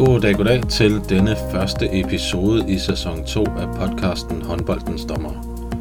Goddag til denne første episode i sæson 2 af podcasten Håndboldens Dommer.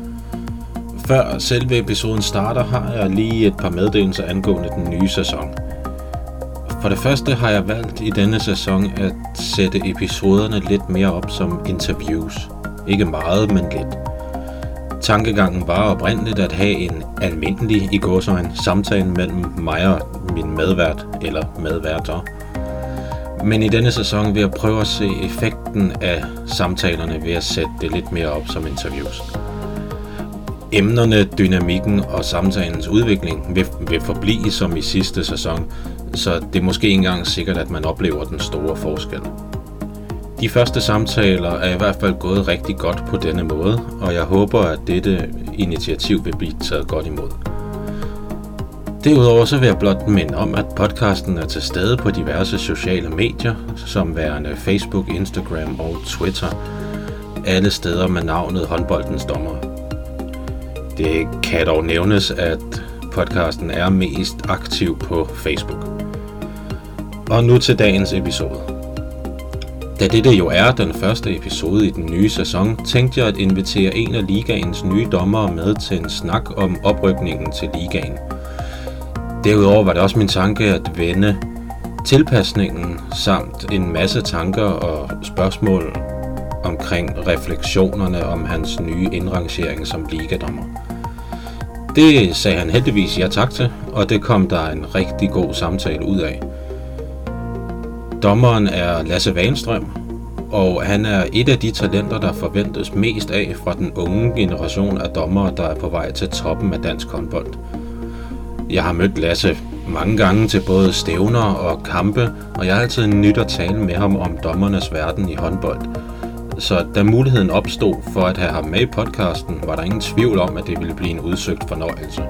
Før selve episoden starter, har jeg lige et par meddelelser angående den nye sæson. For det første har jeg valgt i denne sæson at sætte episoderne lidt mere op som interviews. Ikke meget, men lidt. Tankegangen var oprindeligt at have en almindelig i gåseøjne samtale mellem mig og min medvært eller medværter. Men i denne sæson vil jeg prøve at se effekten af samtalerne ved at sætte det lidt mere op som interviews. Emnerne, dynamikken og samtalens udvikling vil forblive som i sidste sæson, så det er måske ikke engang sikkert, at man oplever den store forskel. De første samtaler er i hvert fald gået rigtig godt på denne måde, og jeg håber, at dette initiativ vil blive taget godt imod. Derudover så vil jeg blot minde om, at podcasten er til stede på diverse sociale medier, som værende Facebook, Instagram og Twitter. Alle steder med navnet Håndboldens Dommer. Det kan dog nævnes, at podcasten er mest aktiv på Facebook. Og nu til dagens episode. Da dette jo er den første episode i den nye sæson, tænkte jeg at invitere en af ligaens nye dommere med til en snak om oprykningen til ligaen. Derudover var det også min tanke at vende tilpasningen samt en masse tanker og spørgsmål omkring refleksionerne om hans nye indrangering som ligadommer. Det sagde han heldigvis ja tak til, og det kom der en rigtig god samtale ud af. Dommeren er Lasse Wahlström, og han er et af de talenter, der forventes mest af fra den unge generation af dommere, der er på vej til toppen af dansk håndbold. Jeg har mødt Lasse mange gange til både stævner og kampe, og jeg har altid nyt at tale med ham om dommernes verden i håndbold. Så da muligheden opstod for at have ham med i podcasten, var der ingen tvivl om, at det ville blive en udsøgt fornøjelse.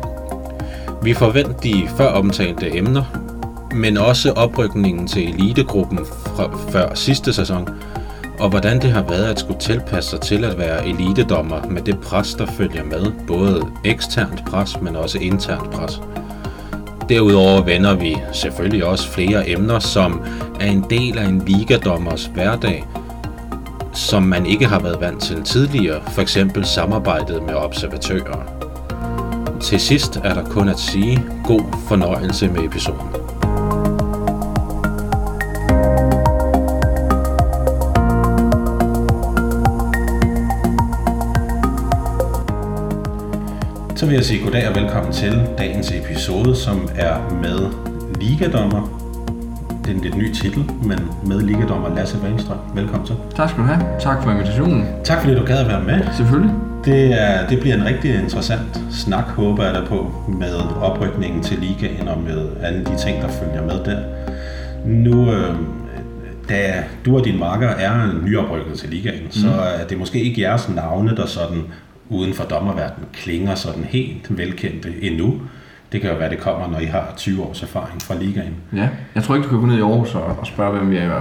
Vi forventer de før omtalte emner, men også oprykningen til elitegruppen fra før sidste sæson, og hvordan det har været at skulle tilpasse sig til at være elitedommer med det pres, der følger med, både eksternt pres, men også internt pres. Derudover vender vi selvfølgelig også flere emner, som er en del af en ligadommers hverdag, som man ikke har været vant til tidligere, f.eks. samarbejdet med observatører. Til sidst er der kun at sige god fornøjelse med episoden. Så vil jeg sige goddag og velkommen til dagens episode, som er med ligadommer. Det er en lidt ny titel, men med ligadommer Lasse Wahlström. Velkommen til. Tak skal du have. Tak for invitationen. Tak fordi du gad at være med. Selvfølgelig. Det bliver en rigtig interessant snak, håber jeg da på, med oprykningen til ligaen og med alle de ting, der følger med der. Nu, da du og din makker er nyoprykket til ligaen, så er det måske ikke jeres navne, der sådan uden for dommerverdenen klinger sådan helt velkendte endnu. Det kan jo være, det kommer, når I har 20 års erfaring fra ligaen. Ja, jeg tror ikke, du kan gå ned i Aarhus og spørge, hvem vi er i hvert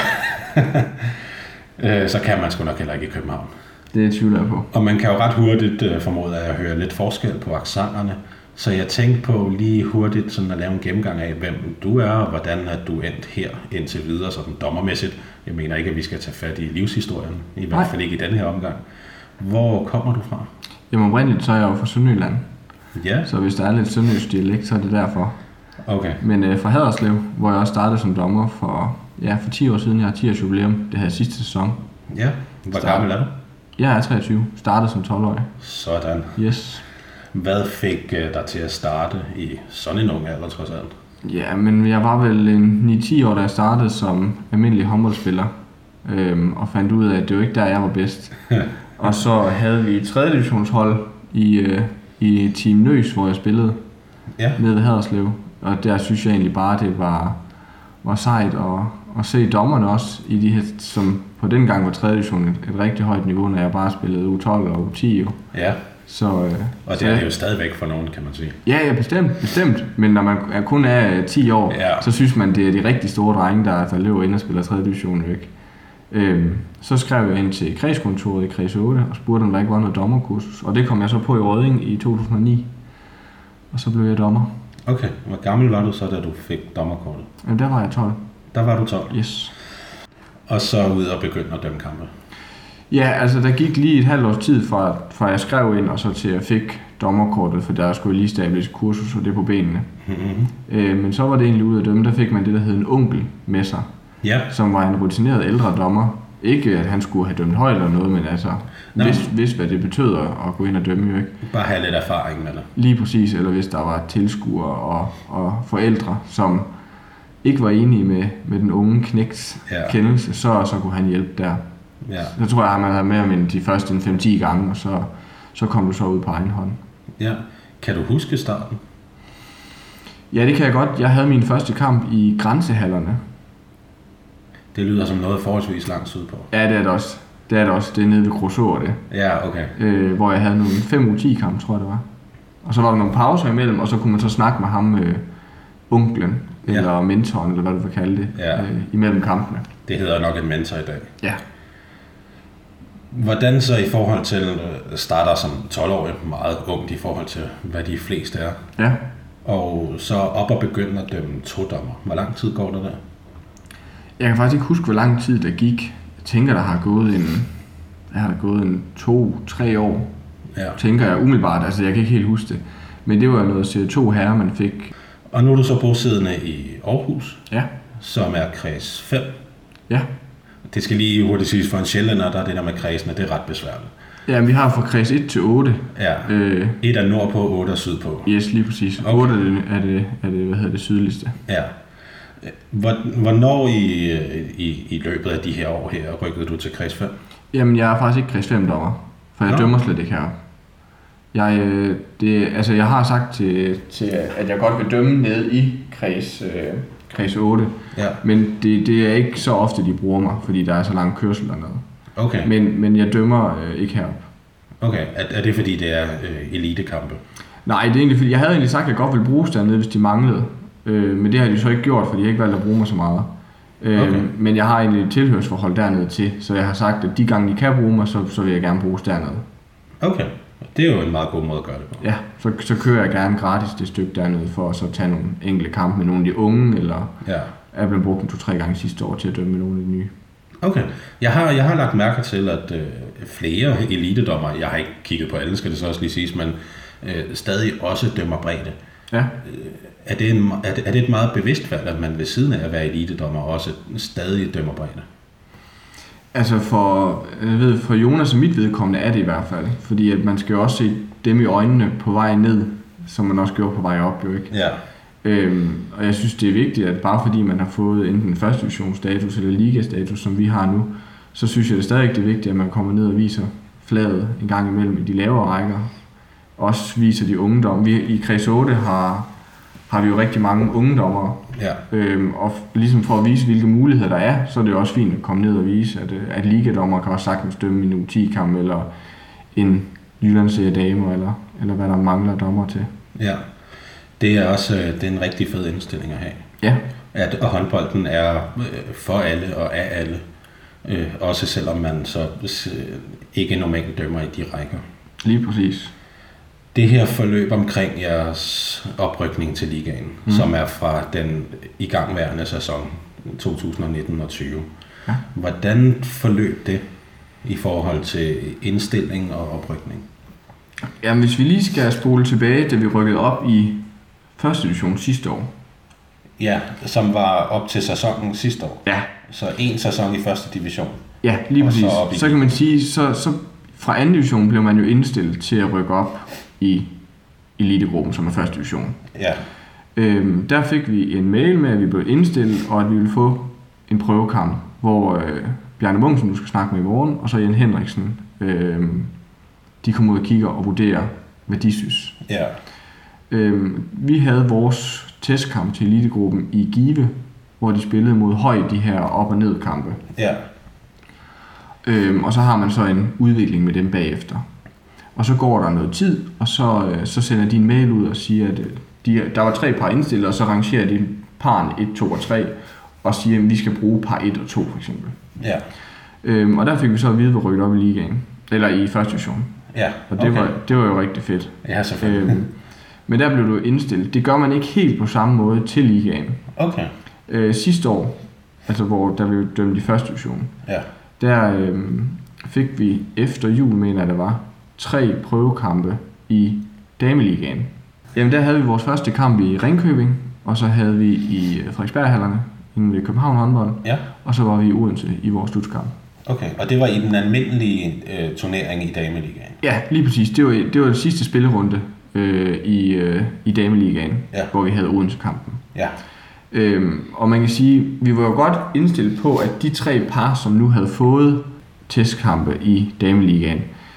fald. Så kan man sgu nok heller ikke i København. Det tvivler jeg på. Og man kan jo ret hurtigt formode at høre lidt forskel på accenterne. Så jeg tænkte på lige hurtigt sådan at lave en gennemgang af, hvem du er, og hvordan at du endt her indtil videre, sådan dommermæssigt. Jeg mener ikke, at vi skal tage fat i livshistorien, i hvert fald ikke i denne her omgang. Hvor kommer du fra? Jamen oprindeligt, så er jeg jo fra Sønderjylland. Ja. Så hvis der er lidt sønderjysk dialekt, så er det derfor. Okay. Men fra Haderslev, hvor jeg også startede som dommer for 10 år siden. Jeg har 10 års jubilæum. Det her sidste sæson. Ja. Hvor gammel er du? Jeg er 23. Startede som 12-årig. Sådan. Yes. Hvad fik dig til at starte i sådan en ung alder, trods alt? Ja, men jeg var vel en 9-10 år, da jeg startede som almindelig håndboldspiller. Og fandt ud af, at det var ikke der, jeg var bedst. Og så havde vi 3. divisionshold i Team Nøs, hvor jeg spillede nede ved Haderslev. Og der synes jeg egentlig bare, det var sejt at se dommerne også i de her, som på den gang var 3. division et rigtig højt niveau, når jeg bare spillede U12 og U10 jo. Ja. Så, og det er det jo stadigvæk for nogen, kan man sige. Ja, bestemt. Men når man kun er 10 år, så synes man, det er de rigtig store drenge, der løber ind og spiller 3. division jo ikke. Så skrev jeg ind til kredskontoret i kreds 8 og spurgte, om der ikke var noget dommerkursus. Og det kom jeg så på i Rødding i 2009. Og så blev jeg dommer. Okay, hvor gammel var du så, da du fik dommerkortet? Jamen, der var jeg 12. Der var du 12? Yes. Og så ud og begynde at dømme kampe. Ja, altså der gik lige et halvt års tid fra jeg skrev ind, og så til jeg fik dommerkortet, for der skulle jeg lige stable kursus og det på benene. Mm-hmm. Men så var det egentlig ude at dømme, der fik man det, der hed en onkel med sig, som var en rutineret ældre dommer. Ikke at han skulle have dømt højt eller noget, men altså vidste hvad det betød at gå ind og dømme, jo ikke. Bare have lidt erfaring med det. Lige præcis, eller hvis der var tilskuere og forældre, som ikke var enige med den unge knægts kendelse, så kunne han hjælpe der. Ja. Så tror jeg, at man havde med om de første 5-10 gange, og så kom du så ud på egen hånd. Ja. Kan du huske starten? Ja, det kan jeg godt. Jeg havde min første kamp i Grænsehallerne. Det lyder som noget forholdsvis langt sydpå. Ja, det er det også. Det er nede ved Kruså, det. Ja, okay. Hvor jeg havde nogle 5 ud 10 kampe, tror jeg det var. Og så var der nogle pauser imellem, og så kunne man så snakke med ham, onklen, eller mentoren, eller hvad du vil kalde det, imellem kampene. Det hedder nok en mentor i dag. Ja. Hvordan så i forhold til, starter som 12-årig, meget ungt i forhold til, hvad de fleste er. Ja. Og så op og begynde at dømme 2-dommer. Hvor lang tid går der? Jeg kan faktisk ikke huske, hvor lang tid der gik. Jeg tænker, der har gået en 2-3 år. Ja. Tænker jeg umiddelbart. Altså, jeg kan ikke helt huske det. Men det var noget CO2 herre, man fik. Og nu er du så bosiddende i Aarhus. Ja. Som er kreds 5. Ja. Det skal lige hurtigt siges for en sjællænder, der er det der med kredsene, det er ret besværligt. Ja, vi har fra kreds 1 til 8. Ja, 1 er nordpå, 8 er sydpå. Yes, lige præcis. Okay. 8 er det sydligste. Ja. Hvornår i løbet af de her år her rykkede du til kreds 5? Jamen, jeg er faktisk ikke kreds 5 dommer, for jeg dømmer slet ikke her. Jeg har sagt til at jeg godt vil dømme ned i kreds 8, men det er ikke så ofte, de bruger mig, fordi der er så lang kørsel dernede. Okay. Men jeg dømmer ikke herop. Okay, er det fordi det er elitekampe? Nej, det er egentlig fordi, jeg havde egentlig sagt, at jeg godt ville bruges dernede, hvis de manglede. Men det har de så ikke gjort, fordi jeg ikke valgt at bruge mig så meget. Okay. Men jeg har egentlig et tilhørsforhold dernede til, så jeg har sagt, at de gange de kan bruge mig, så vil jeg gerne bruges dernede. Okay, det er jo en meget god måde at gøre det på. Ja, så kører jeg gerne gratis det stykke dernede, for at så tage nogle enkelte kampe med nogle af de unge, eller er blevet brugt 2-3 gange sidste år til at dømme med nogle af de nye. Okay. Jeg har lagt mærke til, at flere elitedommer, jeg har ikke kigget på alle, skal det så også lige siges, men stadig også dømmer bredde. Ja. Er det et meget bevidst valg, at man ved siden af at være elitedommer også stadig dømmer bredde? Altså for Jonas og mit vedkommende er det i hvert fald, fordi at man skal jo også se dem i øjnene på vej ned, som man også gjorde på vej op, jo ikke? Ja. Og jeg synes, det er vigtigt, at bare fordi man har fået enten første divisionsstatus eller ligastatus, som vi har nu, så synes jeg det stadig det er vigtigt, at man kommer ned og viser flaget en gang imellem i de lavere rækker. Også viser de unge dommer. I kreds 8 har vi jo rigtig mange unge dommere. Ja. Og ligesom for at vise, hvilke muligheder der er, så er det også fint at komme ned og vise, at ligadommer kan også sagtens dømme en U10-kamp, eller en Jyllandsserie damer, eller hvad der mangler dommer til. Ja. Det er en rigtig fed indstilling at have. Ja. At håndbolden er for alle og af alle. Også selvom man så ikke normalt dømmer i de rækker. Lige præcis. Det her forløb omkring jeres oprykning til ligaen, som er fra den igangværende sæson 2019 og 20. Ja. Hvordan forløb det i forhold til indstilling og oprykning? Jamen, hvis vi lige skal spole tilbage, da vi rykkede op i første division sidste år. Ja, som var op til sæsonen sidste år. Ja. Så en sæson i første division. Ja, lige præcis. Så kan man sige, så fra anden division blev man jo indstillet til at rykke op i elitegruppen, som er første division. Ja. Der fik vi en mail med, at vi blev indstillet, og at vi ville få en prøvekamp, hvor Bjarne Munk, som du skal snakke med i morgen, og så Jan Henriksen, de kom ud og kigger og vurderer, hvad de synes. Ja. Vi havde vores testkamp til elitegruppen i Give, hvor de spillede mod Høj, de her op- og ned-kampe. Ja. Og så har man så en udvikling med dem bagefter. Og så går der noget tid, og så sender de en mail ud og siger, at der var 3 par indstillet, og så rangerer de parren 1, 2 og 3, og siger, at vi skal bruge par 1 og 2 for eksempel. Ja. Og der fik vi så at vide, at vi rykkede op i ligaen, eller i første division. Ja, okay. Og det var jo rigtig fedt. Ja, selvfølgelig. Men der blev du indstillet. Det gør man ikke helt på samme måde til ligaen. Okay. Sidste år, altså hvor der blev dømt i første division. Ja. Der fik vi efter jul, mener jeg det var, 3 prøvekampe i Dameligaen. Jamen der havde vi vores første kamp i Ringkøbing, og så havde vi i Frederiksberghallerne inde ved København håndbold, og så var vi i Odense i vores slutkamp. Okay, og det var i den almindelige turnering i Dameligaen? Ja, lige præcis. Det var det sidste spillerunde i Dameligaen, hvor vi havde Odense-kampen. Ja. Og man kan sige, vi var jo godt indstillet på, at de 3 par, som nu havde fået testkampe i Dameligaen,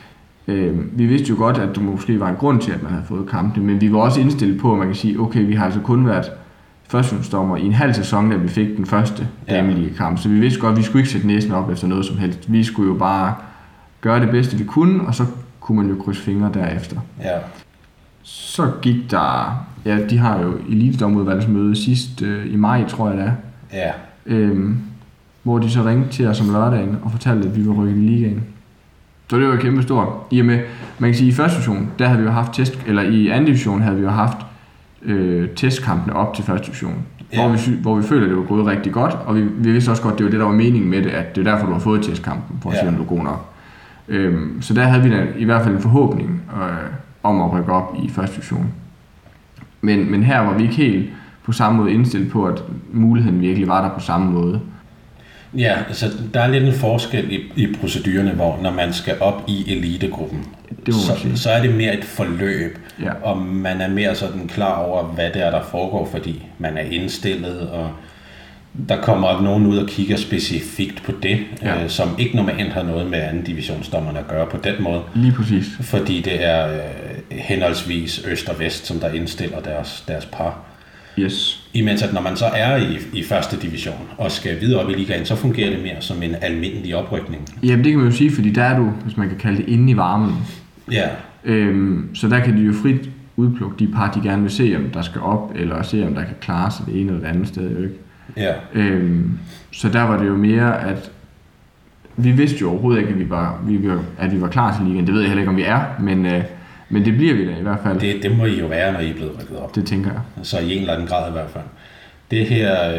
vi vidste jo godt, at det måske var en grund til, at man havde fået kampe, men vi var også indstillet på, at man kan sige, okay, vi har altså kun været førstehåndsdommer i en halv sæson, da vi fik den første Dameliga-kamp, så vi vidste godt, at vi skulle ikke sætte næsen op efter noget som helst. Vi skulle jo bare gøre det bedste, vi kunne, og så kunne man jo krydse fingre derefter. Ja. Så gik der, de har jo elitedommerudvalgsmøde sidst i maj, tror jeg det er. Ja. Hvor de så ringte til os om lørdagen og fortalte, at vi var rykket i ligaen. Så det var kæmpe stort. I og med, man kan sige, i første division, der havde vi jo haft i anden division havde vi jo haft testkampene op til første division. Ja. Hvor vi følte, at det var gået rigtig godt, og vi vidste også godt, at det var det, der var meningen med det, at det er derfor, du har fået testkampen, for at se, om du er god nok. Så der havde vi da i hvert fald en forhåbning om at rykke op i første division. Men her var vi ikke helt på samme måde indstillet på, at muligheden virkelig var der på samme måde. Ja, altså der er lidt en forskel i procedurerne, hvor når man skal op i elitegruppen, så er det mere et forløb, og man er mere sådan klar over, hvad det er, der foregår, fordi man er indstillet, og der kommer nogen ud og kigger specifikt på det, som ikke normalt har noget med anden divisionsdommerne at gøre på den måde. Lige præcis. Fordi det er henholdsvis øst og vest, som der indstiller deres par. Yes. Imens at når man så er i første division og skal videre op i ligaen, så fungerer det mere som en almindelig oprykning. Jamen det kan man jo sige, fordi der er du, hvis man kan kalde det, inde i varmen. Ja. Så der kan de jo frit udplukke de par, de gerne vil se, om der skal op, eller se, om der kan klare sig det ene eller det andet sted. Jo ikke? Ja. Så der var det jo mere, at vi vidste jo overhovedet ikke, at vi var klar til ligaen. Det ved jeg heller ikke, om vi er, men det bliver vi da i hvert fald. Det må I jo være, når I er blevet rykket op. Det tænker jeg. Så i en eller anden grad i hvert fald. Det her,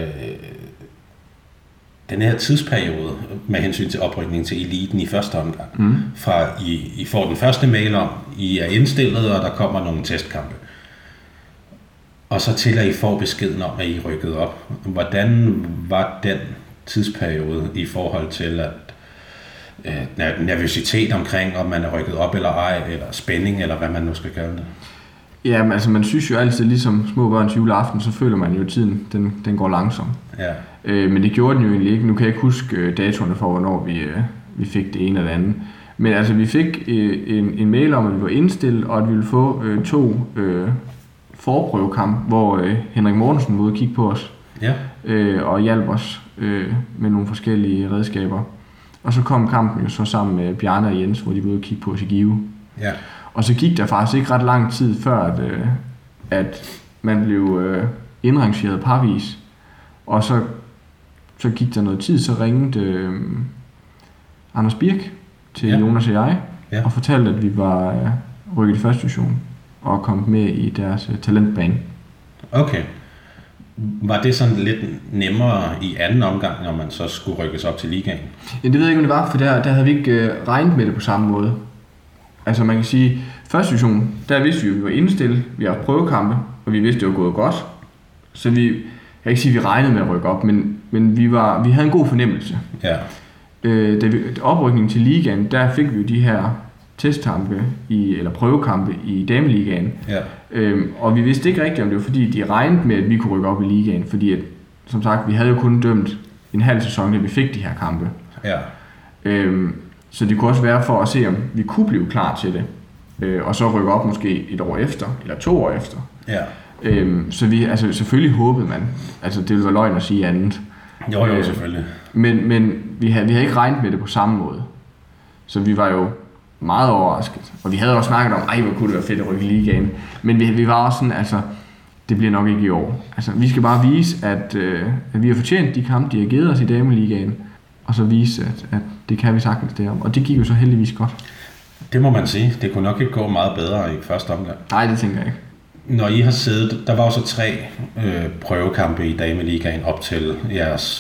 den her tidsperiode med hensyn til oprykning til eliten i første omgang, fra I får den første mail om, I er indstillet, og der kommer nogle testkampe. Og så til at I får beskeden om, at I er rykket op. Hvordan var den tidsperiode i forhold til at nervøsitet omkring, om man er rykket op eller ej, eller spænding, eller hvad man nu skal kalde det? Ja, altså man synes jo altid, ligesom små børns juleaften, så føler man jo tiden, den går langsomt. Ja. Men det gjorde den jo egentlig ikke. Nu kan jeg ikke huske datoerne for, hvornår vi fik det ene eller andet. Men altså vi fik en mail om, at vi var indstillet, og at vi ville få 2 forprøvekamp, hvor Henrik Mortensen var ude og kigge på os, og hjalp os med nogle forskellige redskaber. Og så kom kampen jo så sammen med Bjarne og Jens, hvor de var ude og kigge på os i Give. Ja. Og så gik der faktisk ikke ret lang tid før, at man blev indrangeret parvis. Og så gik der noget tid, så ringede Anders Birk til Jonas og jeg, og fortalte, at vi var rykket i første division og kom med i deres talentbane. Okay. Var det sådan lidt nemmere i anden omgang, når man så skulle rykkes op til ligaen? Ja, det ved jeg ikke, om det var, for der havde vi ikke regnet med det på samme måde. Altså man kan sige, første division, der vidste vi, at vi var indstillet, vi havde prøvekampe, og vi vidste, det var gået godt. Så jeg kan ikke sige, at vi regnede med at rykke op, men vi havde en god fornemmelse. Ja. Da oprykningen til ligaen, der fik vi jo de her testkampe eller prøvekampe i Dameligaen. Ja. Og vi vidste ikke rigtigt, om det var fordi, de regnede med, at vi kunne rykke op i ligaen, fordi at, som sagt, vi havde jo kun dømt en halv sæson, da vi fik de her kampe. Ja. Så det kunne også være for at se, om vi kunne blive klar til det, og så rykke op måske 1 år efter, eller 2 år efter. Ja. Så vi, altså selvfølgelig håbede man, altså det ville være løgn at sige andet. Jo, selvfølgelig. Men vi havde ikke regnet med det på samme måde. Så vi var jo meget overrasket. Og vi havde også snakket om, hvor kunne det være fedt at rykke i ligaen. Men vi var også sådan, altså, det bliver nok ikke i år. Altså, vi skal bare vise, at vi har fortjent de kampe, de har givet os i Dameligaen. Og så vise, at det kan vi sagtens derom. Og det gik jo så heldigvis godt. Det må man sige. Det kunne nok ikke gå meget bedre i første omgang. Nej, det tænker jeg ikke. Når I har siddet, der var jo så 3 prøvekampe i Dameligaen op til jeres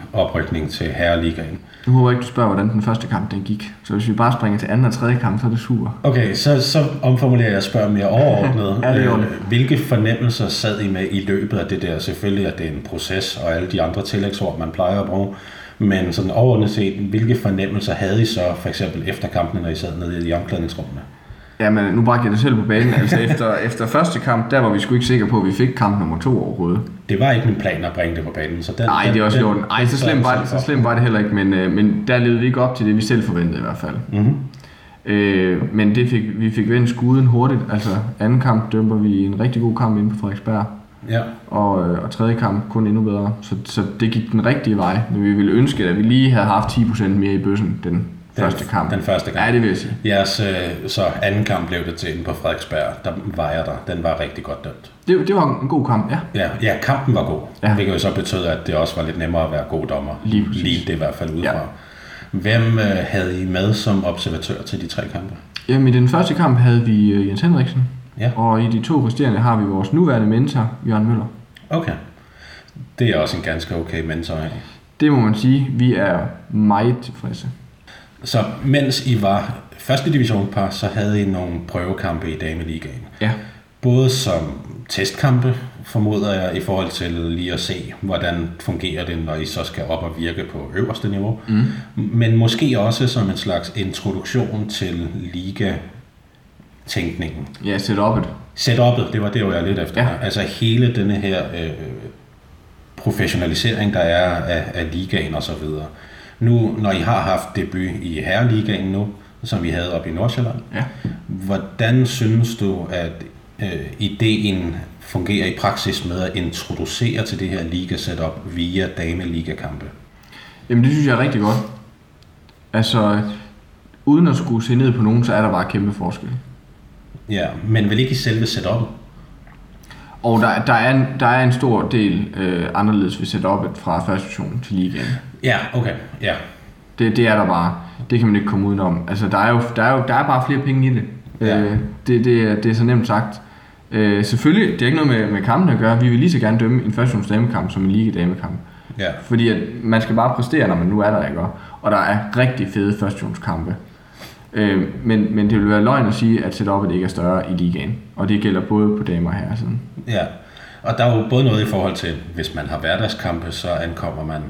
oprykning til Herreligaen. Nu håber jeg ikke, du spørger, hvordan den første kamp den gik. Så hvis vi bare springer til anden og tredje kamp, så er det super. Okay, så omformulerer jeg og spørger mere overordnet. Ja, hvilke fornemmelser sad I med i løbet af det der? Selvfølgelig at det er en proces og alle de andre tillægsord, man plejer at bruge. Men sådan overordnet set, hvilke fornemmelser havde I så for eksempel efter kampene, når I sad nede i omklædningsrummene? Jamen, nu bragte jeg det selv på banen. Altså efter første kamp, der var vi sgu ikke sikre på, at vi fik kamp nummer 2 overhovedet. Det var ikke min plan at bringe det på banen. Så nej, det er også jo. Nej, så slemt var det heller ikke, men der levede vi ikke op til det, vi selv forventede i hvert fald. Mm-hmm. Men vi fik vendt skuden hurtigt. Altså anden kamp dømper vi en rigtig god kamp inde på Frederiksberg. Ja. Og tredje kamp kun endnu bedre. Så det gik den rigtige vej. Men vi ville ønske, at vi lige havde haft 10% mere i bøssen den første kamp. Den første kamp. Ja, det vil jeg sige. Jeres så anden kamp blev det til inde på Frederiksberg. Der var jeg der. Den var rigtig godt dømt. Det var en god kamp, ja. Ja, kampen var god. Ja. Det kan jo så betyde, at det også var lidt nemmere at være god dommer. Lige det i hvert fald udefra. Ja. Hvem havde I med som observatør til de 3 kampe? Jamen i den første kamp havde vi Jens Henriksen. Ja. Og i de 2 resterende har vi vores nuværende mentor, Jørgen Møller. Okay. Det er også en ganske okay mentor. Det må man sige. Vi er meget tilfredse. Så mens I var første divisionspar, så havde I nogle prøvekampe i Dameligaen. Ja. Både som testkampe, formoder jeg, i forhold til lige at se, hvordan fungerer det, når I så skal op og virke på øverste niveau. Mm. Men måske også som en slags introduktion til liga-tænkningen. Ja, setup'et. Setup'et, det var det, jeg var lidt efter. Ja. Altså hele denne her professionalisering, der er af ligaen og så videre. Nu, når I har haft debut i Herreligaen nu, som vi havde oppe i Nordsjælland, ja. Hvordan synes du, at ideen fungerer i praksis med at introducere til det her liga-setup via dameliga-kampe? Jamen det synes jeg er rigtig godt. Altså, uden at skulle se ned på nogen, så er der bare kæmpe forskel. Ja, men vel ikke i selve setup'et? Og der er en stor del anderledes ved setup'et fra første division til ligaen. Ja, okay, ja. Det er der bare. Det kan man ikke komme udenom. Altså, der er bare flere penge i det. Ja. Det er så nemt sagt. Selvfølgelig, det er ikke noget med kampen at gøre. Vi vil lige så gerne dømme en første divisions damekamp som en liga-damekamp. Ja. Fordi at man skal bare præstere, når man nu er der, ikke? Og der er rigtig fede første divisionskampe. Men det vil være løgn at sige, at setup'et ikke er større i ligaen. Og det gælder både på damer og herrer siden. Ja, og der er jo både noget i forhold til, hvis man har hverdagskampe, så ankommer man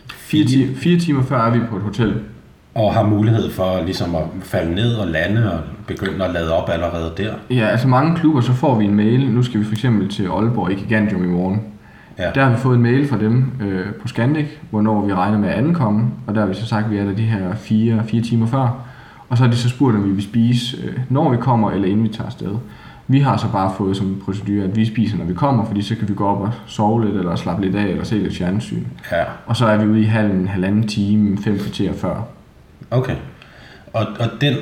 4 timer før er vi på et hotel. Og har mulighed for ligesom at falde ned og lande og begynde at lade op allerede der. Ja, altså mange klubber, så får vi en mail. Nu skal vi for eksempel til Aalborg i Gigantium i morgen. Ja. Der har vi fået en mail fra dem på Scandic, hvornår vi regner med at ankomme. Og der har vi så sagt, at vi er der de her 4 timer før. Og så har de så spurgt, om vi vil spise, når vi kommer, eller inden vi tager afsted. Vi har så bare fået som procedure, at vi spiser, når vi kommer, fordi så kan vi gå op og sove lidt, eller slappe lidt af, eller se lidt fjernsyn. Ja. Og så er vi ude i hallen 1,5 time, 5 kvarter før. Okay. Og den,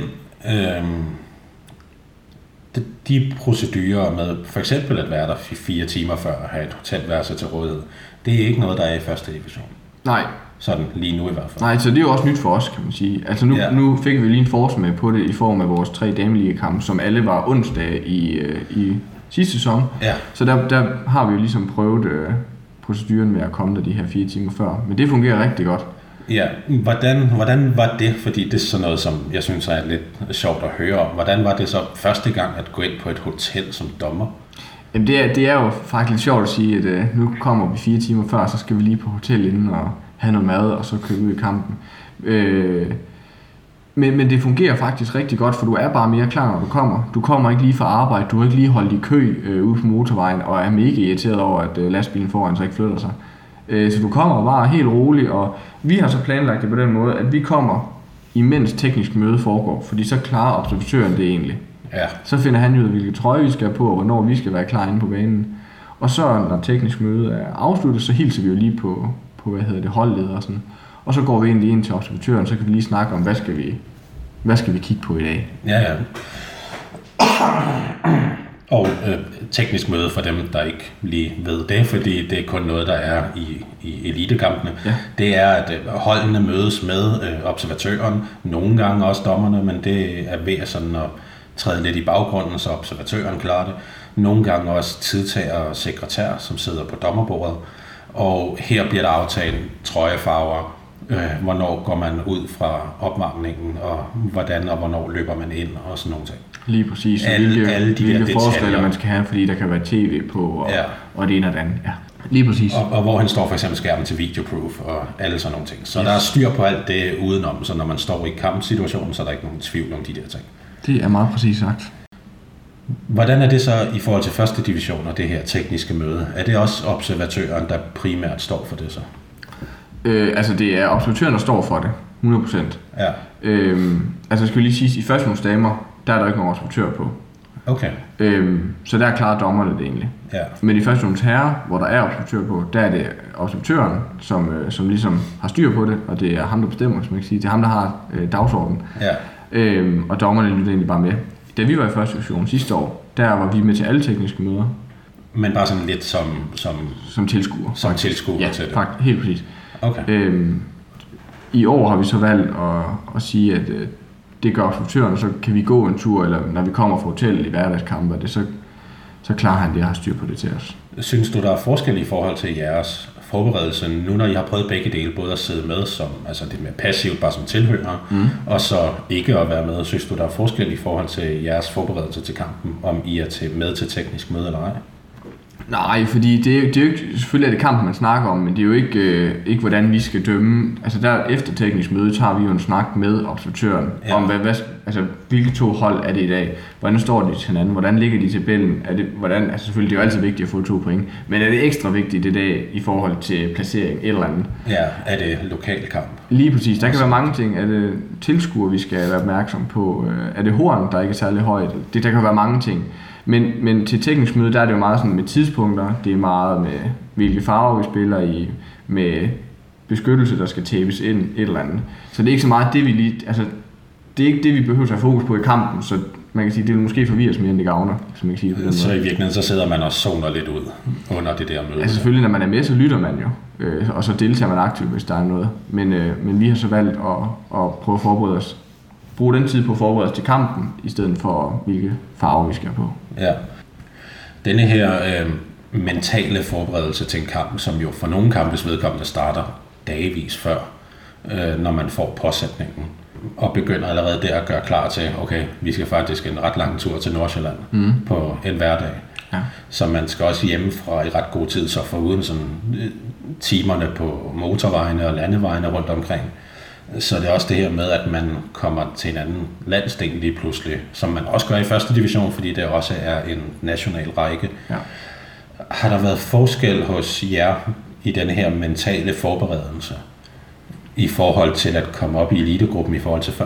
de procedurer med for eksempel at være der 4 timer før at have et hotelværelse til rådighed, det er ikke noget, der er i første division. Nej. Sådan lige nu i hvert fald. Nej, så det er jo også nyt for os, kan man sige. Altså nu fik vi lige en forsmag på det i form af vores 3 dameliga-kampe, som alle var onsdag i sidste sæson. Ja. Så der har vi jo ligesom prøvet proceduren med at komme der de her 4 timer før. Men det fungerer rigtig godt. Ja, hvordan var det? Fordi det er sådan noget, som jeg synes er lidt sjovt at høre om. Hvordan var det så første gang at gå ind på et hotel som dommer? Jamen det er jo faktisk lidt sjovt at sige, at nu kommer vi 4 timer før, så skal vi lige på hotel inden og have noget mad, og så køre ud i kampen. Men det fungerer faktisk rigtig godt, for du er bare mere klar, når du kommer. Du kommer ikke lige fra arbejde, du har ikke lige holdt i kø ude på motorvejen, og er mega irriteret over, at lastbilen foran så ikke flytter sig. Så du kommer bare helt roligt, og vi har så planlagt det på den måde, at vi kommer, imens teknisk møde foregår, fordi så klarer observatøren det egentlig. Ja. Så finder han ud af, hvilke trøje vi skal have på, og hvornår vi skal være klar inde på banen. Og så, når teknisk møde er afsluttet, så hilser vi jo lige på holdleder og sådan. Og så går vi egentlig ind til observatøren, så kan vi lige snakke om, hvad skal vi kigge på i dag. Ja. Og teknisk møde for dem, der ikke lige ved det, fordi det er kun noget, der er i elitekampene. Ja. Det er, at holdene mødes med observatøren, nogle gange også dommerne, men det er ved sådan at træde lidt i baggrunden, så observatøren klarer det. Nogle gange også tidtager og sekretær, som sidder på dommerbordet. Og her bliver der aftalt trøjefarver, hvornår går man ud fra opvarmningen, og hvordan og hvornår løber man ind, og sådan nogle ting. Lige præcis. Hvilke forskelle man skal have, fordi der kan være tv på, og det ene og det andet. Ja. Lige præcis. Og hvor han står for eksempel skærmen til videoproof og alle sådan nogle ting. Så der er styr på alt det udenom, så når man står i kampsituationen, så er der ikke nogen tvivl om de der ting. Det er meget præcis sagt. Hvordan er det så i forhold til første division og det her tekniske møde? Er det også observatøren, der primært står for det så? Altså det er observatøren, der står for det, 100%. Ja. Altså skal vi lige sige, i første nogle damer, der er der ikke nogen observatør på. Okay. Så der klarer dommerne det egentlig. Ja. Men i første nogle herrer, hvor der er observatør på, der er det observatøren, som ligesom har styr på det, og det er ham, der bestemmer, som jeg kan sige. Det er ham, der har dagsordenen. Ja. Og dommerne lytter egentlig bare med. Da vi var i første division sidste år, der var vi med til alle tekniske møder. Men bare sådan lidt som tilskuer. Som tilskuer til det? Ja, helt præcis. Okay. I år har vi så valgt at sige, at det gør observatøren, så kan vi gå en tur, eller når vi kommer fra hotellet i hverdagskampe, det så klarer han det, at have styr på det til os. Synes du, der er forskel i forhold til jeres forberedelse, nu når I har prøvet begge dele, både at sidde med, som, altså det med passivt, bare som tilhører, og så ikke at være med? Synes du, der er forskel i forhold til jeres forberedelse til kampen, om I er med til teknisk møde eller ej? Nej, fordi det er jo ikke, selvfølgelig er det kampen, man snakker om, men det er jo ikke hvordan vi skal dømme. Altså der efter teknisk møde tager vi jo en snak med observatøren om, hvilke to hold er det i dag, hvordan står de til hinanden, hvordan ligger de i tabellen, altså selvfølgelig det er jo altid vigtigt at få 2 point, men er det ekstra vigtigt i dag i forhold til placering et eller andet? Ja, er det lokalkamp? Lige præcis, der kan være mange ting. Er det tilskuere, vi skal være opmærksom på? Er det horn, der ikke er særlig højt? Der kan være mange ting. Men til teknisk møde, der er det jo meget sådan med tidspunkter, det er meget med hvilke farver vi spiller i, med beskyttelse, der skal tapes ind, et eller andet. Så det er ikke så meget det, det er ikke det, vi behøver at have fokus på i kampen, så man kan sige, det vil måske forvirre os mere, end det gavner, som man kan sige på den måde. Så i virkeligheden, så sidder man og zoner lidt ud under det der møde? Altså selvfølgelig, når man er med, så lytter man jo, og så deltager man aktivt, hvis der er noget. Men vi har så valgt at prøve at forberede os, bruge den tid på at forberede os til kampen, i stedet for hvilke farver vi skal på. Ja. Denne her mentale forberedelse til en kamp, som jo for nogle kampes vedkommende starter dagevis før, når man får påsætningen, og begynder allerede der at gøre klar til, okay, vi skal faktisk en ret lang tur til Nordsjælland på en hverdag. Ja. Så man skal også hjemmefra i ret god tid, så foruden sådan timerne på motorvejene og landevejene rundt omkring. Så det er også det her med, at man kommer til en anden landsdel lige pludselig, som man også gør i første division, fordi det også er en national række. Ja. Har der været forskel hos jer i denne her mentale forberedelse i forhold til at komme op i elitegruppen i forhold til før?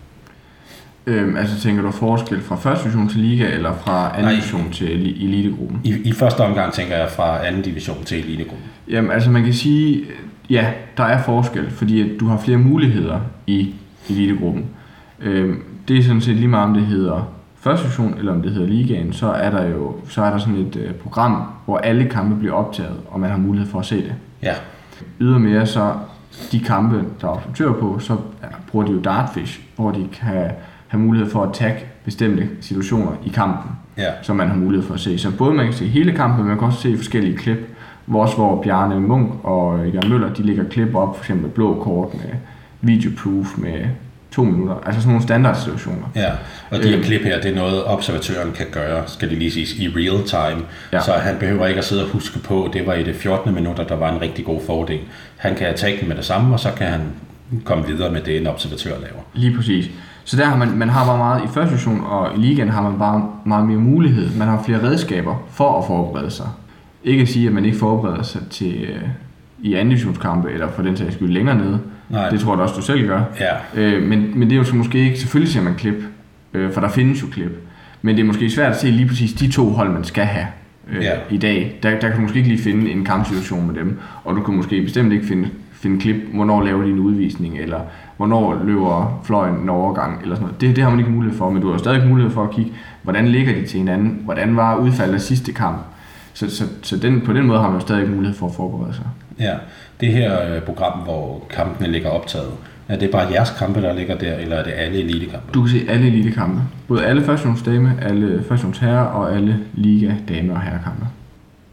Altså tænker du forskel fra første division til liga, eller fra anden division til elitegruppen? I første omgang tænker jeg fra anden division til elitegruppen. Jamen altså man kan sige, ja, der er forskel, fordi at du har flere muligheder i elitegruppen. Det er sådan set lige meget, om det hedder første division, eller om det hedder ligaen, så er der sådan et program, hvor alle kampe bliver optaget, og man har mulighed for at se det. Ja. Ydermere så de kampe, der er observatører på, så bruger de jo Dartfish, hvor de kan have mulighed for at tagge bestemte situationer i kampen, som man har mulighed for at se. Så både man kan se hele kampen, men man kan også se forskellige klip, hvor Bjarne Munk og Jørgen Møller, de lægger klip op, for eksempel blå kort med videoproof med 2 minutter, altså sådan nogle standardsituationer. Ja, og de her klip her, det er noget observatøren kan gøre, skal det lige siges, i real time, så han behøver ikke at sidde og huske på, det var i det 14. minutter, der var en rigtig god fordel. Han kan tage den med det samme, og så kan han komme videre med det, en observatør laver. Lige præcis. Så der har man har bare meget, i første division og i ligaen har man bare meget mere mulighed. Man har flere redskaber for at forberede sig. Ikke at sige, at man ikke forbereder sig til i anden divisionskampe, eller for den sags skyld længere nede. Nej. Det tror jeg også, du selv gør. Ja. Men det er jo så måske ikke, selvfølgelig ser man klip, for der findes jo klip. Men det er måske svært at se lige præcis de 2 hold, man skal have i dag. Der kan du måske ikke lige finde en kampsituation med dem, og du kan måske bestemt ikke finde klip, hvornår laver de en udvisning, eller hvornår løber fløjen en overgang, eller sådan noget. Det har man ikke mulighed for, men du har stadig mulighed for at kigge, hvordan ligger de til hinanden, hvordan var udfaldet af sidste kamp. Så på den måde har man jo stadig mulighed for at forberede sig. Ja, det her program, hvor kampene ligger optaget, er det bare jeres kampe, der ligger der, eller er det alle elitekampe? Du kan se alle elitekampe. Både alle førstehåndsdame, alle førstehåndsherrer og alle liga dame- og herrekampe.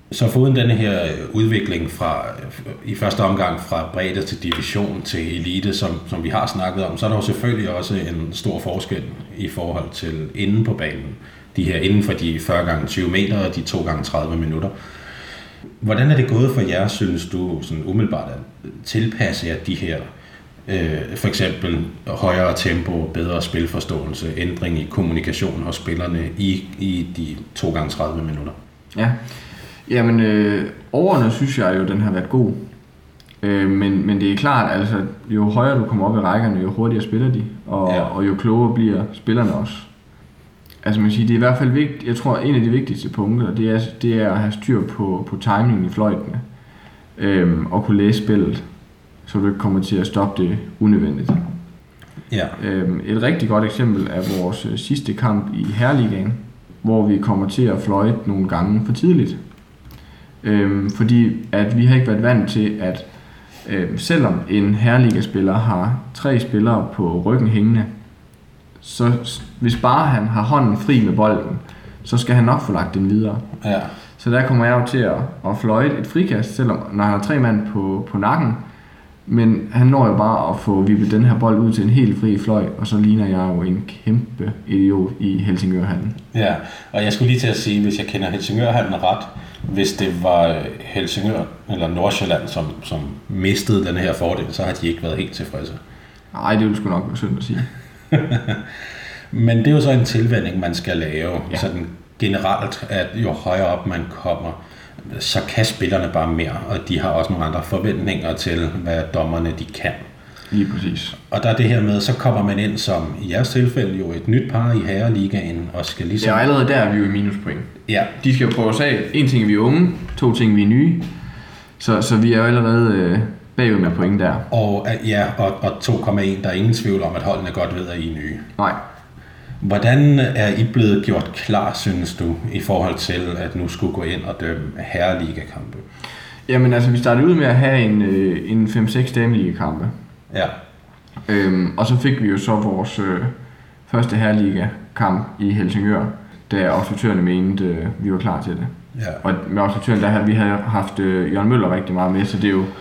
Så foruden denne her udvikling i første omgang fra bredde til division til elite, som vi har snakket om, så er der jo selvfølgelig også en stor forskel i forhold til inden på banen. De her inden for de 40x20 meter og de 2x30 minutter. Hvordan er det gået for jer, synes du, sådan umiddelbart at tilpasse jer de her, for eksempel højere tempo, bedre spilforståelse, ændring i kommunikation hos spillerne i de 2x30 minutter? Ja, jamen overordnet synes jeg jo, den har været god. Men det er klart, altså jo højere du kommer op i rækkerne, jo hurtigere spiller de, og jo klogere bliver spillerne også. Altså man kan sige, det er i hvert fald vigtigt, jeg tror en af de vigtigste punkter, det er at have styr på timingen i fløjtene, og kunne læse spillet, så du ikke kommer til at stoppe det unødvendigt. Ja. Et rigtig godt eksempel er vores sidste kamp i Herreligaen, hvor vi kommer til at fløjte nogle gange for tidligt. Fordi at vi har ikke været vant til, at selvom en Herreligaspiller har 3 spillere på ryggen hængende, så hvis bare han har hånden fri med bolden, så skal han nok få lagt den videre. Ja. Så der kommer jeg jo til at fløjte et frikast, selvom når han har 3 mand på nakken, men han når jo bare at få vippet den her bold ud til en helt fri fløj, og så ligner jeg jo en kæmpe idiot i Helsingørhallen. Ja, og jeg skulle lige til at sige, hvis jeg kender Helsingørhallen ret, hvis det var Helsingør eller Nordsjælland, som mistede den her fordel, så har de ikke været helt tilfredse. Nej, det ville sgu nok være synd at sige. Men det er jo så en tilvænning, man skal lave, ja. Sådan generelt, at jo højere op man kommer, så kan spillerne bare mere, og de har også nogle andre forventninger til, hvad dommerne de kan. Lige præcis. Og der er det her med, så kommer man ind som, i jeres tilfælde, jo et nyt par i Herreligaen, og skal ligesom... Ja, allerede der er vi jo i minuspoint. Ja. De skal jo prøve at sige, en ting er vi er unge, 2 ting vi er nye, så vi er jo allerede bagud med point der. Og 2,1, der er ingen tvivl om, at holdene godt ved, at I er nye. Nej. Hvordan er I blevet gjort klar, synes du, i forhold til, at nu skulle gå ind og dømme Herreliga-kampe? Jamen altså, vi startede ud med at have en 5-6 dameliga-kampe. Ja. Og så fik vi jo så vores første Herreliga-kamp i Helsingør, da observatørerne mente, vi var klar til det. Ja. Og med observatøren, der havde vi haft Jørgen Møller rigtig meget med, så det er jo...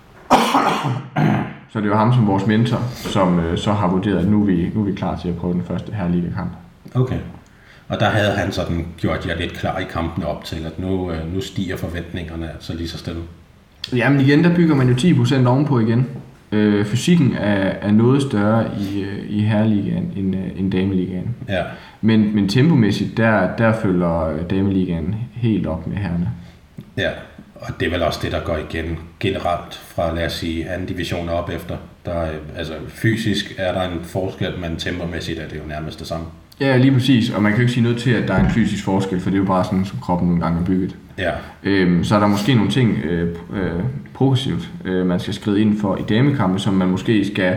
Så det er jo ham som vores mentor, som så har vurderet, at nu er vi klar til at prøve den første Herreliga-kamp. Okay. Og der havde han sådan gjort jer lidt klar i kampene op til, at nu stiger forventningerne altså lige så stille. Jamen igen, der bygger man jo 10% ovenpå igen. Fysikken er noget større i Herreligaen end Dameligaen. Ja. Men tempomæssigt, der følger Dameligaen helt op med herrene. Ja. Og det er vel også det, der går igen generelt fra, lad os sige, anden division op efter. Der, altså fysisk er der en forskel, men tempomæssigt er det jo nærmest det samme. Ja, lige præcis. Og man kan jo ikke sige noget til, at der er en fysisk forskel, for det er jo bare sådan, som kroppen nogle gange er bygget. Ja. Så er der måske nogle ting progressivt, man skal skride ind for i damekampe, som man måske skal